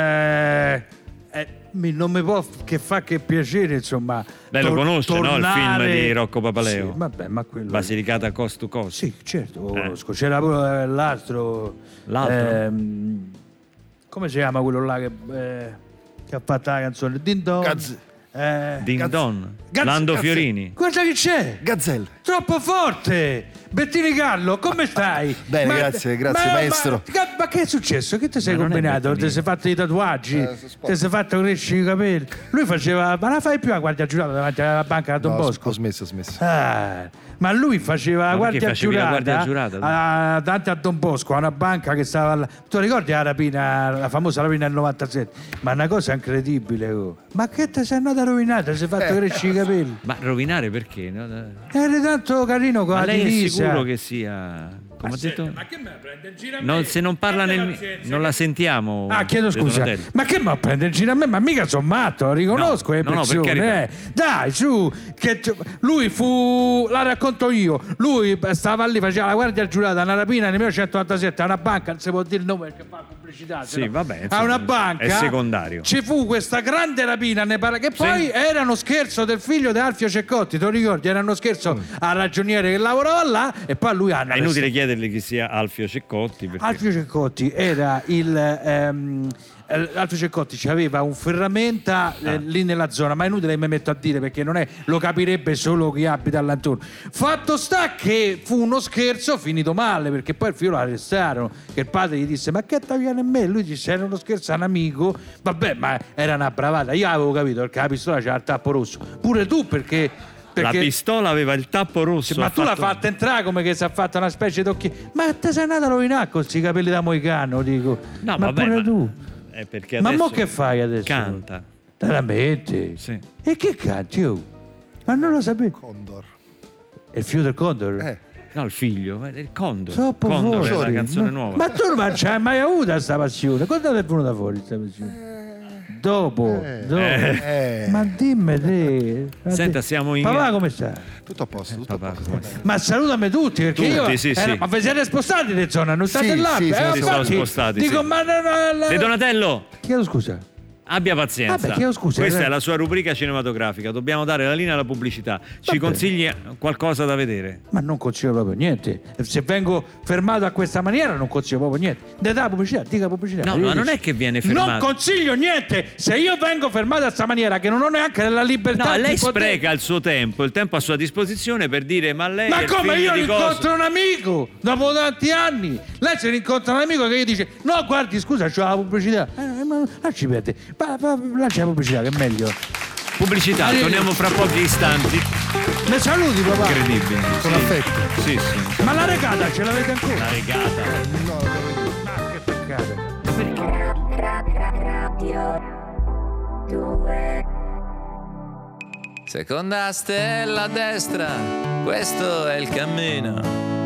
eh, eh, mi- non mi può che fa che piacere insomma. Lei lo tor- conosce, no? Il film tornare- di Rocco Papaleo. Sì, vabbè, ma quello Basilicata cost to cost. Sì, certo, lo Eh. conosco. C'era pure l'altro. L'altro? ehm, come si chiama quello là che, eh, che ha fatto la canzone? Din Don. Gazz- eh, Ding Gazz- Don, Gazz- Lando Gazz- Fiorini. Guarda chi c'è! Gazzelle. Troppo forte! Bettini Carlo, come stai? Bene, grazie, grazie, maestro. Ma, ma che è successo? Che ti sei Ma non è combinato? Bettini. Ti sei fatto i tatuaggi? Eh, sono sporco. ti sei fatto crescere i capelli? Lui faceva. Ma la fai più la guardia giurata davanti alla banca da Don No, ho- Bosco? ho smesso, ho smesso. Ah, ma lui faceva la Ma perché guardia facevi la giurata, guardia giurata? a- davanti a Don Bosco, a una banca che stava là. Tu ricordi la rapina, la famosa rapina del novantasette? Ma una cosa incredibile, oh. Ma che ti sei andata a rovinare? Ti sei fatto crescere i capelli? Ma rovinare perché? No? Eri tanto carino con Ma la lei è divisa. sicuro che sia... Come ho detto? Ma che me la prende in giro a No, me? se non parla Abbi nel pazienza, non la che- sentiamo. Ah, chiedo De scusa. Donatello. Ma che mi prende in giro a me? Ma mica sono matto, lo riconosco No, le no, no, per persone. carità. eh. Dai, su, che t- lui fu, la racconto io. Lui stava lì, faceva la guardia giurata, una rapina nel millenovecentottantasette a una banca, non si può dire il nome perché fa pubblicità. Sì, se no. vabbè, A insomma, una banca è secondario. ci fu questa grande rapina ne parla- che poi Sì. era uno scherzo del figlio di Alfio Cecotti, te lo ricordi? Era uno scherzo al ragioniere che lavorava là e poi lui ha È inutile chiedergli chi sia Alfio Cecotti. Perché... Alfio Cecotti era il ehm, eh, Alfio Cecotti aveva un ferramenta eh, Ah. lì nella zona, ma è inutile che mi metto a dire perché non è, lo capirebbe solo chi abita all'intorno. Fatto sta che fu uno scherzo finito male perché poi il figlio lo arrestarono, che il padre gli disse ma che t'avviene a me? Lui disse era uno scherzo a un amico, vabbè, ma era una bravata, io avevo capito perché la pistola c'era il tappo rosso, pure tu perché Perché- La pistola aveva il tappo rosso. Sì, ma ha tu l'hai fatto- fatta entrare come che si è fatta una specie d'occhi. Ma te sei andata a rovinare con questi capelli da moicano, dico. No, ma vabbè, pure ma- tu. Eh, perché Ma adesso mo che fai adesso? Canta. Te la metti? Sì. E che canti? Oh? Ma non lo sapevi? Condor. È il figlio del Condor? Eh. No, il figlio, è il Condor. Troppo Condor è fuori. la canzone ma, nuova. ma tu non ci hai mai avuto questa passione? Quando è venuta fuori questa passione? Dopo, Eh. dopo. Eh. Ma dimmi te. Ma Senta, te- siamo in- Papà come sta? Tutto a posto, tutto Papà, a posto. come- Ma salutami tutti perché Tutti, io sì, eh, sì. ma vi siete spostati di zona, non state Sì, là. sì, eh, siamo Si sono infatti, spostati, dico sì. ma no, no, no, De Donatello, chiedo scusa. abbia pazienza. Vabbè, chiedo scusa, Questa eh. è la sua rubrica cinematografica. Dobbiamo dare la linea alla pubblicità. Ci Vabbè. consigli qualcosa da vedere? Ma non consiglio proprio niente. Se vengo fermato a questa maniera non consiglio proprio niente. Ne dà pubblicità, dica pubblicità. No, Io ma non dico- è che viene Non fermato. consiglio niente. Se io vengo fermato a questa maniera che non ho neanche la libertà No, di lei poter- spreca il suo tempo, il tempo a sua disposizione per dire ma lei Ma è come figlio io di cosa? incontro un amico dopo tanti anni? Lei se incontra un amico che gli dice no guardi scusa c'ho la pubblicità. Eh, ma lasci perdere. Ma- ma- Lascia la pubblicità che è meglio. Pubblicità, Arrivederci. torniamo fra pochi istanti. Mi saluti papà. Incredibile. Con Sì. affetto. Sì, sì. Ma la regata ce l'avete ancora? La regata. No, no, Ma che peccato. Seconda stella a destra, questo è il cammino.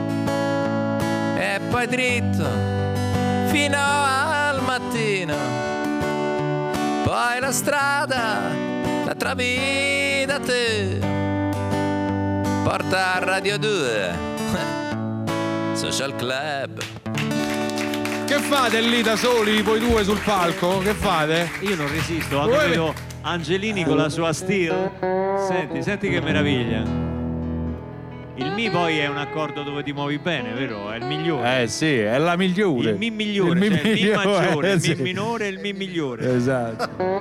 E poi dritto fino al mattino. Poi la strada la trovi da te. Porta a Radio due, Social Club. Che fate lì da soli, voi due sul palco? Che fate? Io non resisto, ho Voi- vedo Angelini con la sua steel. Senti, senti che meraviglia. Il Mi poi è un accordo dove ti muovi bene, vero? È il migliore. Eh sì, è la migliore. Il Mi migliore, Il Mi cioè il Mi migliore, maggiore, il Mi sì. minore e il Mi migliore. Esatto.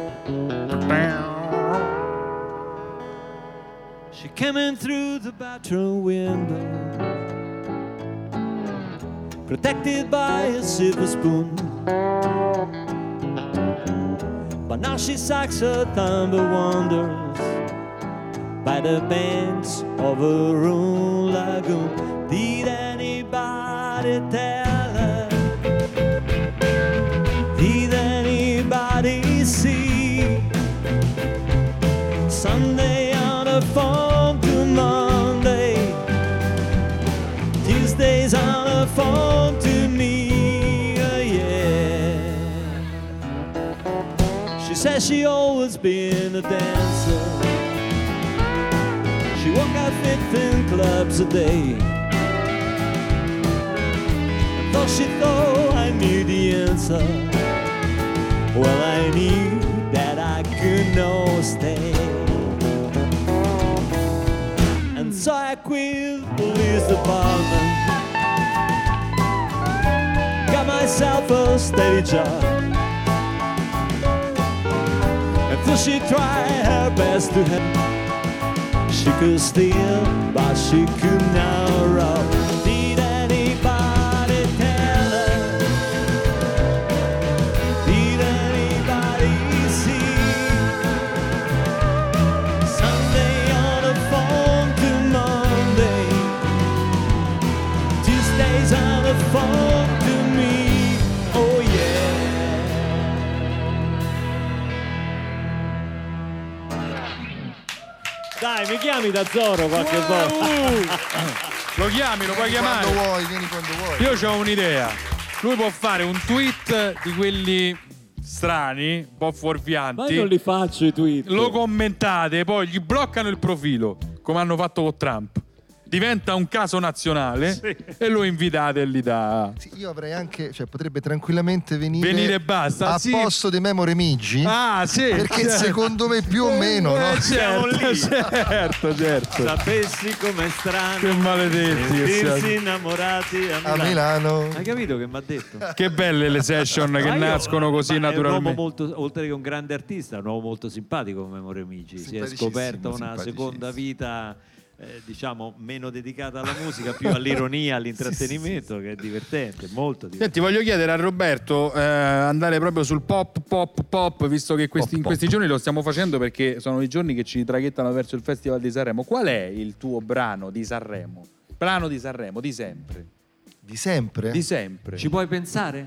She came in through the bathroom window, protected by a silver spoon. But now she sucks her thumb and wanders by the banks of a ruined lagoon. Did anybody tell her? Did anybody see? Sunday on the phone to Monday, Tuesdays on the phone to me, oh yeah. She says she always been a dancer. She walked out fifteen clubs a day. And though she thought I knew the answer, well, I knew that I could not stay. And so I quit the police department, got myself a steady job. And though she tried her best to help, she could steal, but she could not rob. Did anybody tell her? Did anybody see? Sunday on the phone to Monday, Tuesdays on the phone to me. Oh yeah. Dai, mi chiami da Zorro qualche volta. Lo chiami, lo puoi Vieni chiamare. quando vuoi, vieni quando vuoi. Io ho un'idea. Lui può fare un tweet di quelli strani, un po' fuorvianti. Ma io non li faccio i tweet. Lo commentate, poi gli bloccano il profilo, come hanno fatto con Trump. Diventa un caso nazionale e lo invitate lì da... Sì, io avrei anche, cioè potrebbe tranquillamente venire, Venire e basta, a sì. posto dei Memore Migi. Ah, sì. Perché certo. secondo me più o meno, no? Eh, Siamo certo, lì. certo, certo. Sapessi com'è strano Che maledetti che sentirsi siamo. innamorati a A Milano. Milano. Hai capito che mi ha detto? Che belle le session che Ma io- nascono così ma È un naturalmente. uomo molto, oltre che un grande artista, un uomo molto simpatico come Memore Amici. Si è Simpaticissimo, scoperta una simpaticissimo. seconda vita eh, diciamo meno dedicata alla musica, più all'ironia, all'intrattenimento, che è divertente, molto divertente. Senti, voglio chiedere a Roberto, eh, andare proprio sul pop, pop, pop, visto che questi, Pop, in questi pop. giorni lo stiamo facendo perché sono i giorni che ci traghettano verso il Festival di Sanremo. Qual è il tuo brano di Sanremo? Brano di Sanremo, di sempre. Di sempre? Di sempre. Ci puoi pensare?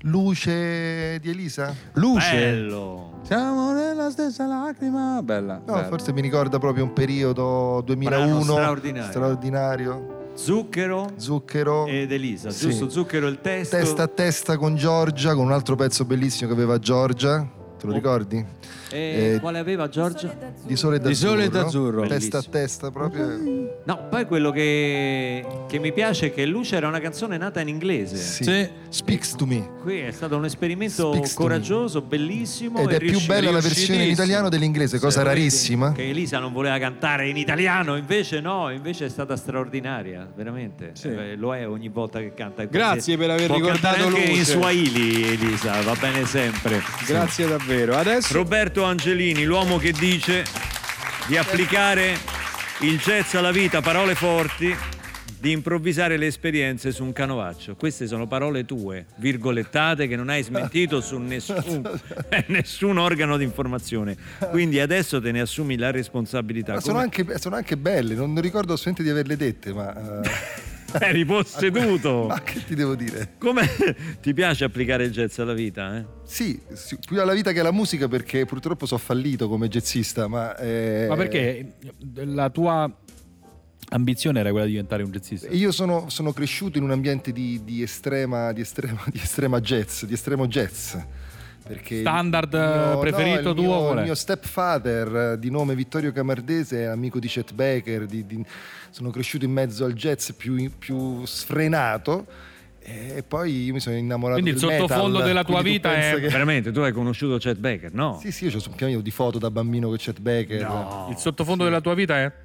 Luce di Elisa? Luce. Bello. Siamo nella stessa lacrima. Bella. No, bella. forse mi ricorda proprio un periodo duemilauno Brano straordinario. straordinario. Zucchero Zucchero ed Elisa, Sì. giusto? Zucchero il testo. Testa a testa con Giorgia, con un altro pezzo bellissimo che aveva Giorgia. Te lo ricordi? E Eh, quale aveva Giorgia? Di sole e Di sole e d'azzurro. Testa a testa proprio. No, poi quello che, che mi piace è che Luce era una canzone nata in inglese. Sì. Sì. Speaks to me. Qui è stato un esperimento Speaks to coraggioso, bellissimo. Ed e è più riusci- bella la versione in riuscitissimo. italiano dell'inglese, cosa Sì, rarissima. Che Elisa non voleva cantare in italiano, invece no, invece è stata straordinaria, veramente. Sì. Eh, lo è ogni volta che canta. Grazie per aver Può ricordato cantare anche in Luce. Swahili, Elisa, va bene sempre. Grazie davvero. Adesso Roberto Angelini, l'uomo che dice di applicare il jazz alla vita, parole forti, di improvvisare le esperienze su un canovaccio. Queste sono parole tue, virgolettate, che non hai smentito su nessun, nessun organo di informazione. Quindi adesso te ne assumi la responsabilità. Ma sono Come- anche, sono anche belle, non ricordo assolutamente di averle dette, ma... eh, Eri posseduto. ma che ti devo dire? Come ti piace applicare il jazz alla vita? Eh? Sì, sì, più alla vita che alla musica, perché purtroppo sono fallito come jazzista, ma... eh, Ma perché la tua ambizione era quella di diventare un jazzista? Io sono, sono cresciuto in un ambiente di, di estrema, di, estrema, di estrema jazz, di estremo jazz. Perché Standard il mio- preferito no, il tuo mio, qual è? il mio stepfather, di nome Vittorio Camardese, è amico di Chet Baker, di- di- sono cresciuto in mezzo al jazz più, più sfrenato. E poi io mi sono innamorato Quindi il del sottofondo metal, della tua quindi tu vita pensa è- che- Veramente, tu hai conosciuto Chet Baker, no? Sì, sì, io ho un piano di foto da bambino con Chet Baker. Il sottofondo della tua vita è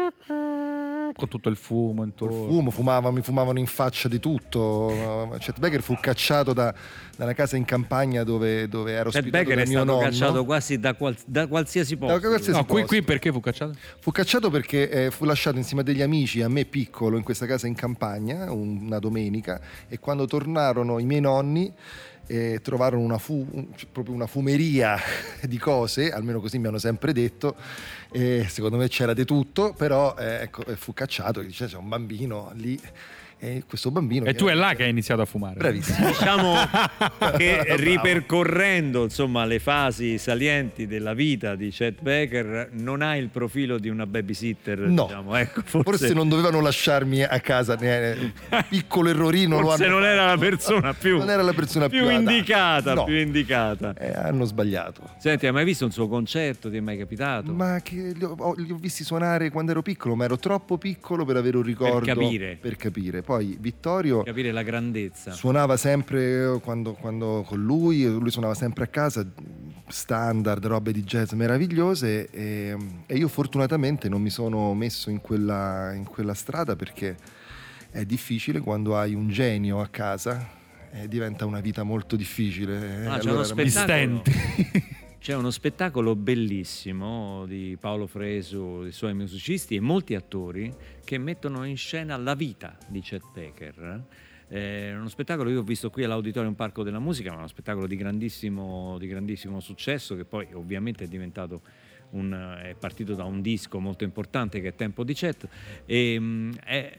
con tutto il fumo intorno. Fumo, fumava, mi fumavano in faccia di tutto. Chet Baker fu cacciato da, da una casa in campagna dove, dove era Chet ospitato Baker da è mio stato nonno. cacciato quasi da, qual- da qualsiasi posto. Da qualsiasi No, qui, posto. qui perché fu cacciato? Fu cacciato perché eh, fu lasciato insieme a degli amici, a me piccolo, in questa casa in campagna, un- una domenica, e quando tornarono i miei nonni eh, trovarono una fu- un- cioè, proprio una fumeria di cose, almeno così mi hanno sempre detto, e secondo me c'era di tutto, però eh, ecco, eh, fu cacciato, che dice, c'è un bambino lì, e questo bambino... E che tu è era- là che hai iniziato a fumare. Bravissimo. Diciamo che Bravo. ripercorrendo insomma le fasi salienti della vita di Chet Baker non ha il profilo di una babysitter. No. Diciamo. Ecco, forse, Forse non dovevano lasciarmi a casa, ne- piccolo errorino lo forse hanno non era la fatto. persona più, Non era la persona più più adatta. indicata, No. più indicata. Eh, hanno sbagliato. Senti, hai mai visto un suo concerto? Ti è mai capitato? Ma che li ho, ho- li ho visti suonare quando ero piccolo, ma ero troppo piccolo per avere un ricordo. capire. Per capire. Poi Vittorio Capire la grandezza. suonava sempre quando, quando con lui, lui suonava sempre a casa, standard, robe di jazz meravigliose, e, e io fortunatamente non mi sono messo in quella, in quella strada, perché è difficile quando hai un genio a casa, e diventa una vita molto difficile. Ah, E c'è allora uno era- spettacolo. C'è uno spettacolo bellissimo di Paolo Fresu, dei suoi musicisti e molti attori che mettono in scena la vita di Chet Baker. È uno spettacolo che io ho visto qui all'Auditorium Parco della Musica, ma è uno spettacolo di grandissimo, di grandissimo successo, che poi ovviamente è diventato un, è partito da un disco molto importante che è Tempo di Chet. E, mh, è,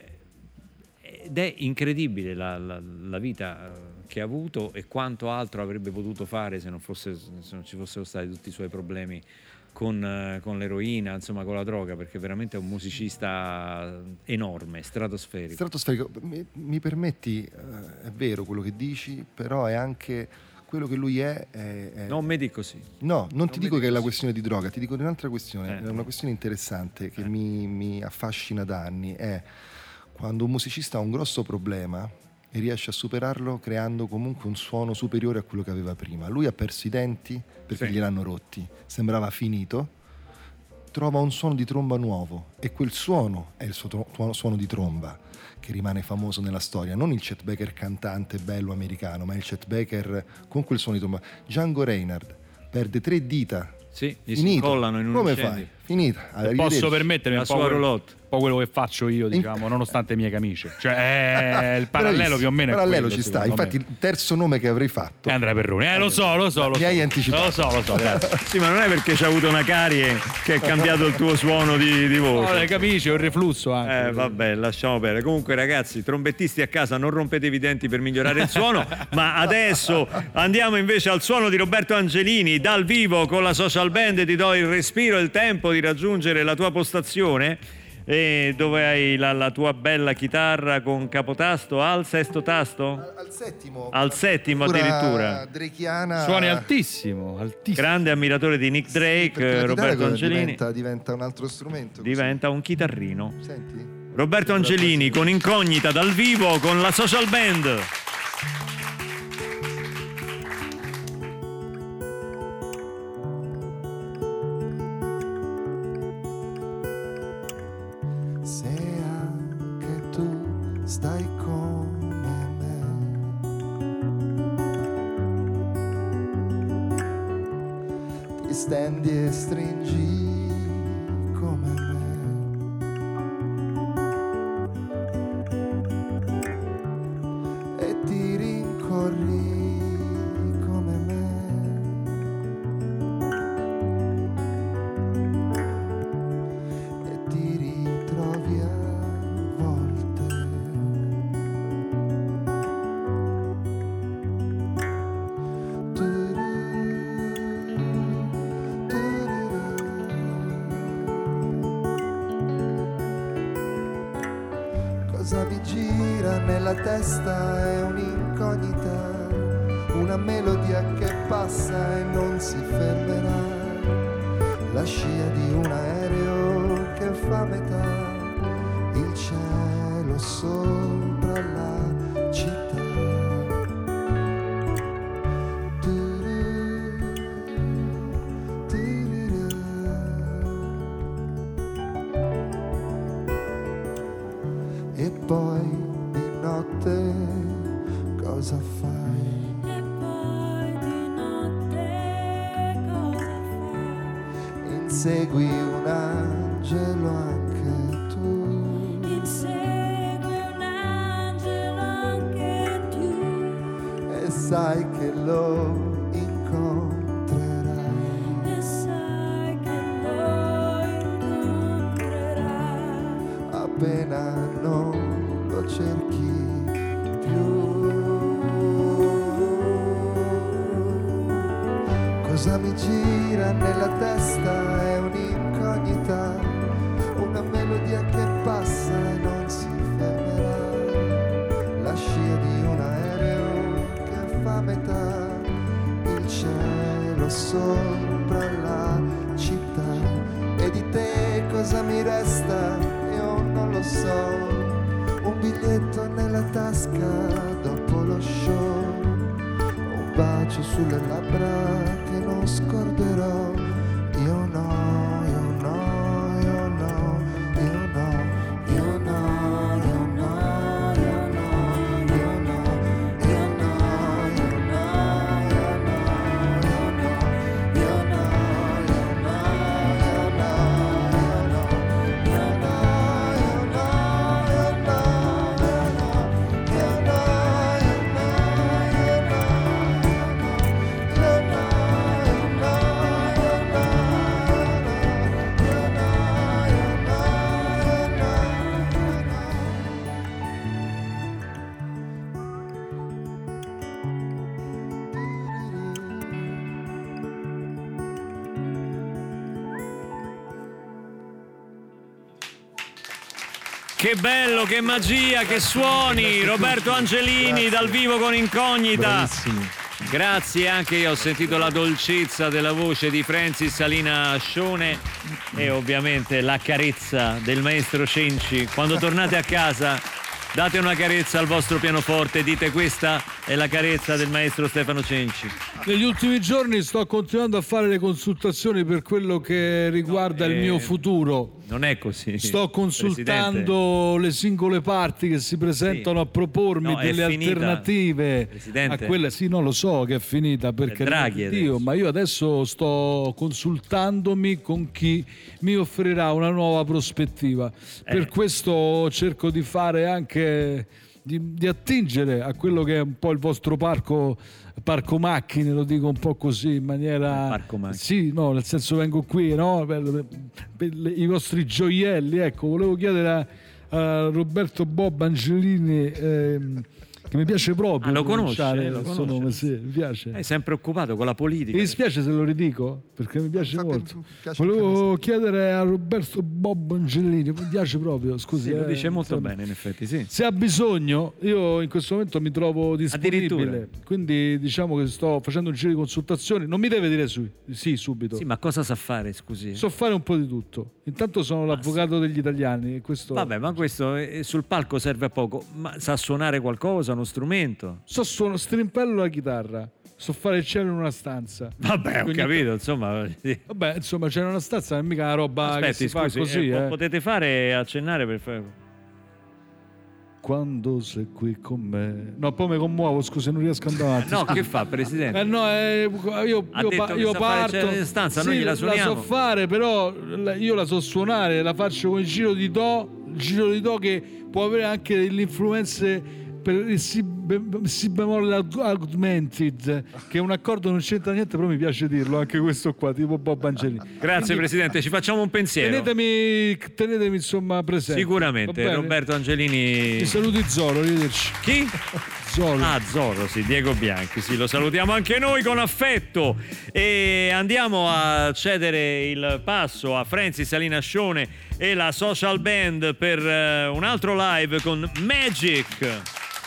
ed è incredibile la, la, la vita che ha avuto e quanto altro avrebbe potuto fare se non, fosse, se non ci fossero stati tutti i suoi problemi con, eh, con l'eroina, insomma con la droga, perché veramente è un musicista enorme, stratosferico. Stratosferico. Mi, mi permetti, eh, è vero quello che dici, però è anche quello che lui è. è- è- Non mi dico così. No, non, ti mi dico che è la così. questione di droga, ti dico di un'altra questione, Eh. è una questione interessante che mi, mi affascina da anni, è quando un musicista ha un grosso problema e riesce a superarlo creando comunque un suono superiore a quello che aveva prima. Lui ha perso i denti perché Sì. gliel'hanno rotti, sembrava finito, trova un suono di tromba nuovo e quel suono è il suo tro- tuono- suono di tromba che rimane famoso nella storia, non il Chet Baker cantante bello americano, ma il Chet Baker con quel suono di tromba. Django Reinhardt perde tre dita. Sì, gli si Finito. incollano in un Come incendio. fai? Finita. Posso Arrivederci. permettermi La un po' sua quel- roulotte. un po' quello che faccio io, diciamo, nonostante le mie camicie. Cioè, è il parallelo più o meno. Il è parallelo quello, ci sta. secondo Infatti, me. il terzo nome che avrei fatto è Andrea Perroni. Eh, lo so, lo so, lo Mi so. hai anticipato. Lo so, lo so, grazie. Sì, ma non è perché c'hai avuto una carie che è cambiato il tuo suono di, di voce. No, le camicie, ho il reflusso anche. Eh, vabbè, lasciamo perdere. Comunque, ragazzi, trombettisti a casa, non rompetevi i denti per migliorare il suono. Ma adesso andiamo invece al suono di Roberto Angelini dal vivo con la social band. Ti do il respiro e il tempo di raggiungere la tua postazione, e dove hai la, la tua bella chitarra con capotasto al sesto tasto? Al, al settimo. Al settimo addirittura. Drechiana. Suoni altissimo, altissimo. Grande ammiratore di Nick Drake, Perché la Roberto chitarra Angelini. diventa, diventa un altro strumento. così. Diventa un chitarrino. Senti? Roberto Angelini con Incognita dal vivo con la social band. Se anche tu stai come me, ti stendi e stringi come me, e ti rincorri come me, e ti ritrovi a volte. Cosa vi gira nella testa è un'incognita, una melodia che passa e non si fermerà, la scia di un aereo che fa metà, il cielo sopra la città. E poi di notte cosa fai? E poi di notte cosa fai? Insegui un angelo anche tu, Insegui un angelo anche tu, e sai che lo incontrerai. e sai che lo incontrerai. Appena non lo cerchi più. Cosa mi gira nella testa è un'incognita, una melodia che passa e non si fermerà, la scia di un aereo che fa metà, il cielo sopra la città. E di te cosa mi resta? Io non lo so, un biglietto nella tasca dopo lo show, un bacio sulle labbra che non scorderò. Io no, io no, io no, io no, io no, io no, io no, io no, io no, io no, io no, io no, io no, io no, io no, io no, io no, io no, io no, io Che bello, che magia, che suoni! Roberto Angelini dal vivo con Incognita. Grazie, anche io ho sentito la dolcezza della voce di Francis Salina Scione e ovviamente la carezza del maestro Cenci. Quando tornate a casa, date una carezza al vostro pianoforte, dite: questa è la carezza del maestro Stefano Cenci. Negli ultimi giorni sto continuando a fare le consultazioni per quello che riguarda Eh. il mio futuro. Non è così. Sto consultando Presidente. le singole parti che si presentano Sì. a propormi No, è delle finita. alternative Presidente. a quelle. Sì, no, lo so che è finita perché Draghi Dio, adesso. ma io adesso sto consultandomi con chi mi offrirà una nuova prospettiva. Eh. Per questo cerco di fare anche di, di attingere a quello che è un po' il vostro parco parco macchine, lo dico un po' così in maniera Parco macchine. sì, no, nel senso vengo qui, no, per, per le- i vostri gioielli, ecco, volevo chiedere a, a Roberto Bob Angelini ehm, che mi piace proprio Ah, lo conosce, pronunciare lo questo conosce. nome, sì, mi piace. È sempre occupato con la politica. Mi dispiace se lo ridico perché mi piace Fa per- molto. piace Volevo chiedere a Roberto Bob Angelini, mi piace proprio, scusi. Sì, lo eh, dice molto insomma. bene, in effetti, sì. Se ha bisogno, io in questo momento mi trovo disponibile, Addirittura. quindi diciamo che sto facendo un giro di consultazioni. Non mi deve dire su, sì subito. Sì, ma cosa sa fare, scusi? So fare un po' di tutto. Intanto sono l'avvocato degli italiani. e Questo... Vabbè, ma questo eh, sul palco serve a poco. Ma sa suonare qualcosa, uno strumento? So suono strimpello la chitarra. So fare il cielo in una stanza. Vabbè, ho Quindi- capito, insomma. sì. Vabbè, insomma, c'è una stanza, non è mica una roba che Aspetti, si fa scusi, così. eh, po- eh. potete fare accennare per fare. Quando sei qui con me. No, poi mi commuovo, scusi, non riesco ad andare avanti. No, scusi. che fa, Presidente? Eh no, eh, io, Ha io, detto pa- che io sa fare il parto. cielo in stanza, noi Sì, gliela la suoniamo. so fare, però la- io la so suonare, la faccio con il giro di do, il giro di do che può avere anche delle influenze per il si, be- si bemolle aug- augmented, che è un accordo non c'entra niente, però mi piace dirlo, anche questo qua, tipo Bob Angelini. Grazie, Presidente, ci facciamo un pensiero. Tenetemi, tenetemi insomma presente. Va Sicuramente, bene? Roberto Angelini. Mi saluti Zoro, arrivederci. Chi? Zoro. Ah, Zorro, sì, Diego Bianchi, sì, lo salutiamo anche noi con affetto e andiamo a cedere il passo a Francis Alinascione e la Social Band per eh, un altro live con Magic.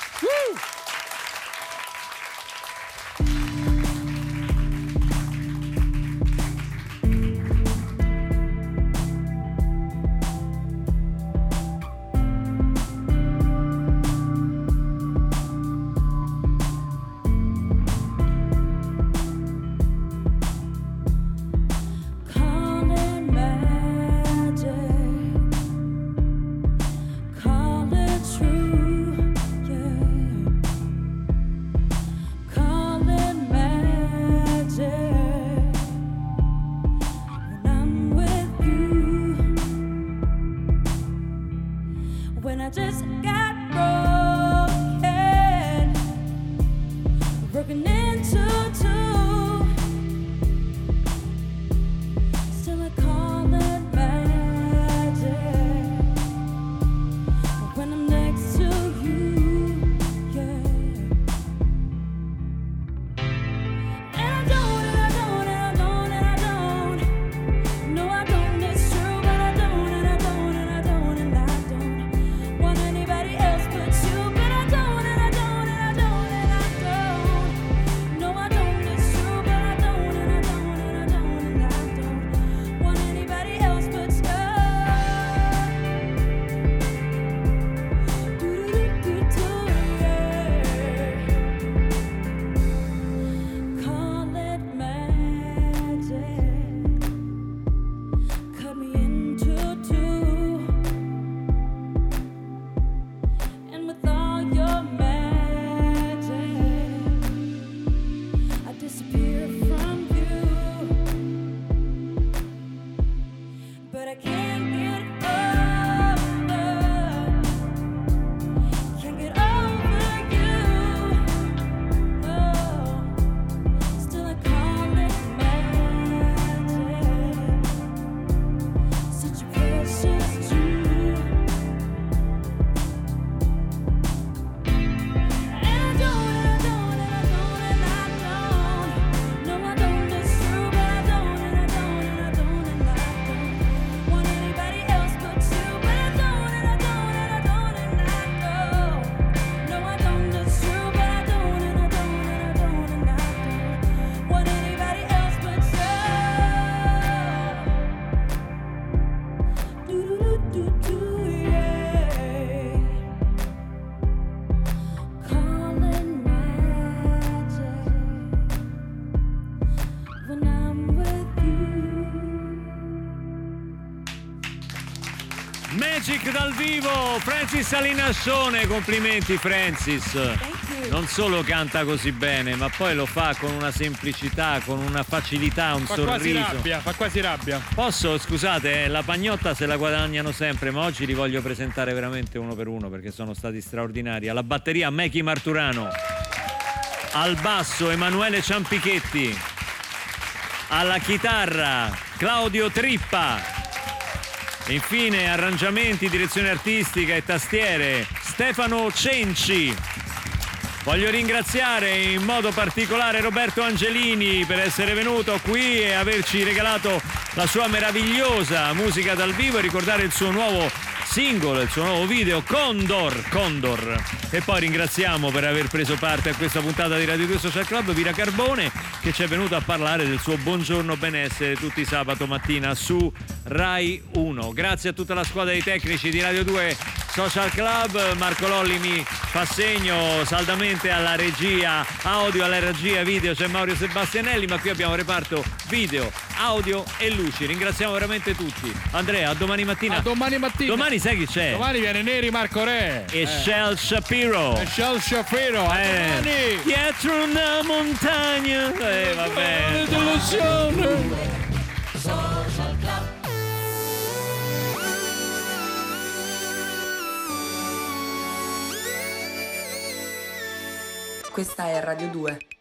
Call it magic, call it true, yeah. Call it magic when I'm with you. When I just got broken, broken into two. Still I call it magic when I'm next to you, yeah. And I don't, and I don't, and I don't, and I don't. No, I don't, it's true, but I don't, and I don't, and I don't, and I don't want anybody else but you. Magic dal vivo, Francis Salinassone, complimenti Francis. Non solo canta così bene, ma poi lo fa con una semplicità, con una facilità, un Fa sorriso. quasi rabbia, fa quasi rabbia. Posso, scusate, eh, la pagnotta se la guadagnano sempre, ma oggi li voglio presentare veramente uno per uno perché sono stati straordinari. Alla batteria Mechi Marturano, al basso Emanuele Ciampichetti, alla chitarra Claudio Trippa. Infine arrangiamenti, direzione artistica e tastiere Stefano Cenci. Voglio ringraziare in modo particolare Roberto Angelini per essere venuto qui e averci regalato la sua meravigliosa musica dal vivo e ricordare il suo nuovo singolo, il suo nuovo video Condor, Condor. E poi ringraziamo per aver preso parte a questa puntata di Radio due Social Club Vira Carbone, che ci è venuto a parlare del suo Buongiorno Benessere tutti i sabato mattina su Rai uno. Grazie a tutta la squadra di tecnici di Radio due Social Club. Marco Lolli mi fa segno saldamente alla regia audio, alla regia video c'è Maurizio Sebastianelli, ma qui abbiamo reparto video, audio e luci. Ringraziamo veramente tutti. Andrea, a domani mattina. A domani mattina. Domani sai chi c'è? Domani viene Neri Marco Re. E eh. Shell Shapiro. E Shell Shapiro. A Eh, domani. dietro una montagna. Eh, vabbè. Delusione. Questa è Radio due.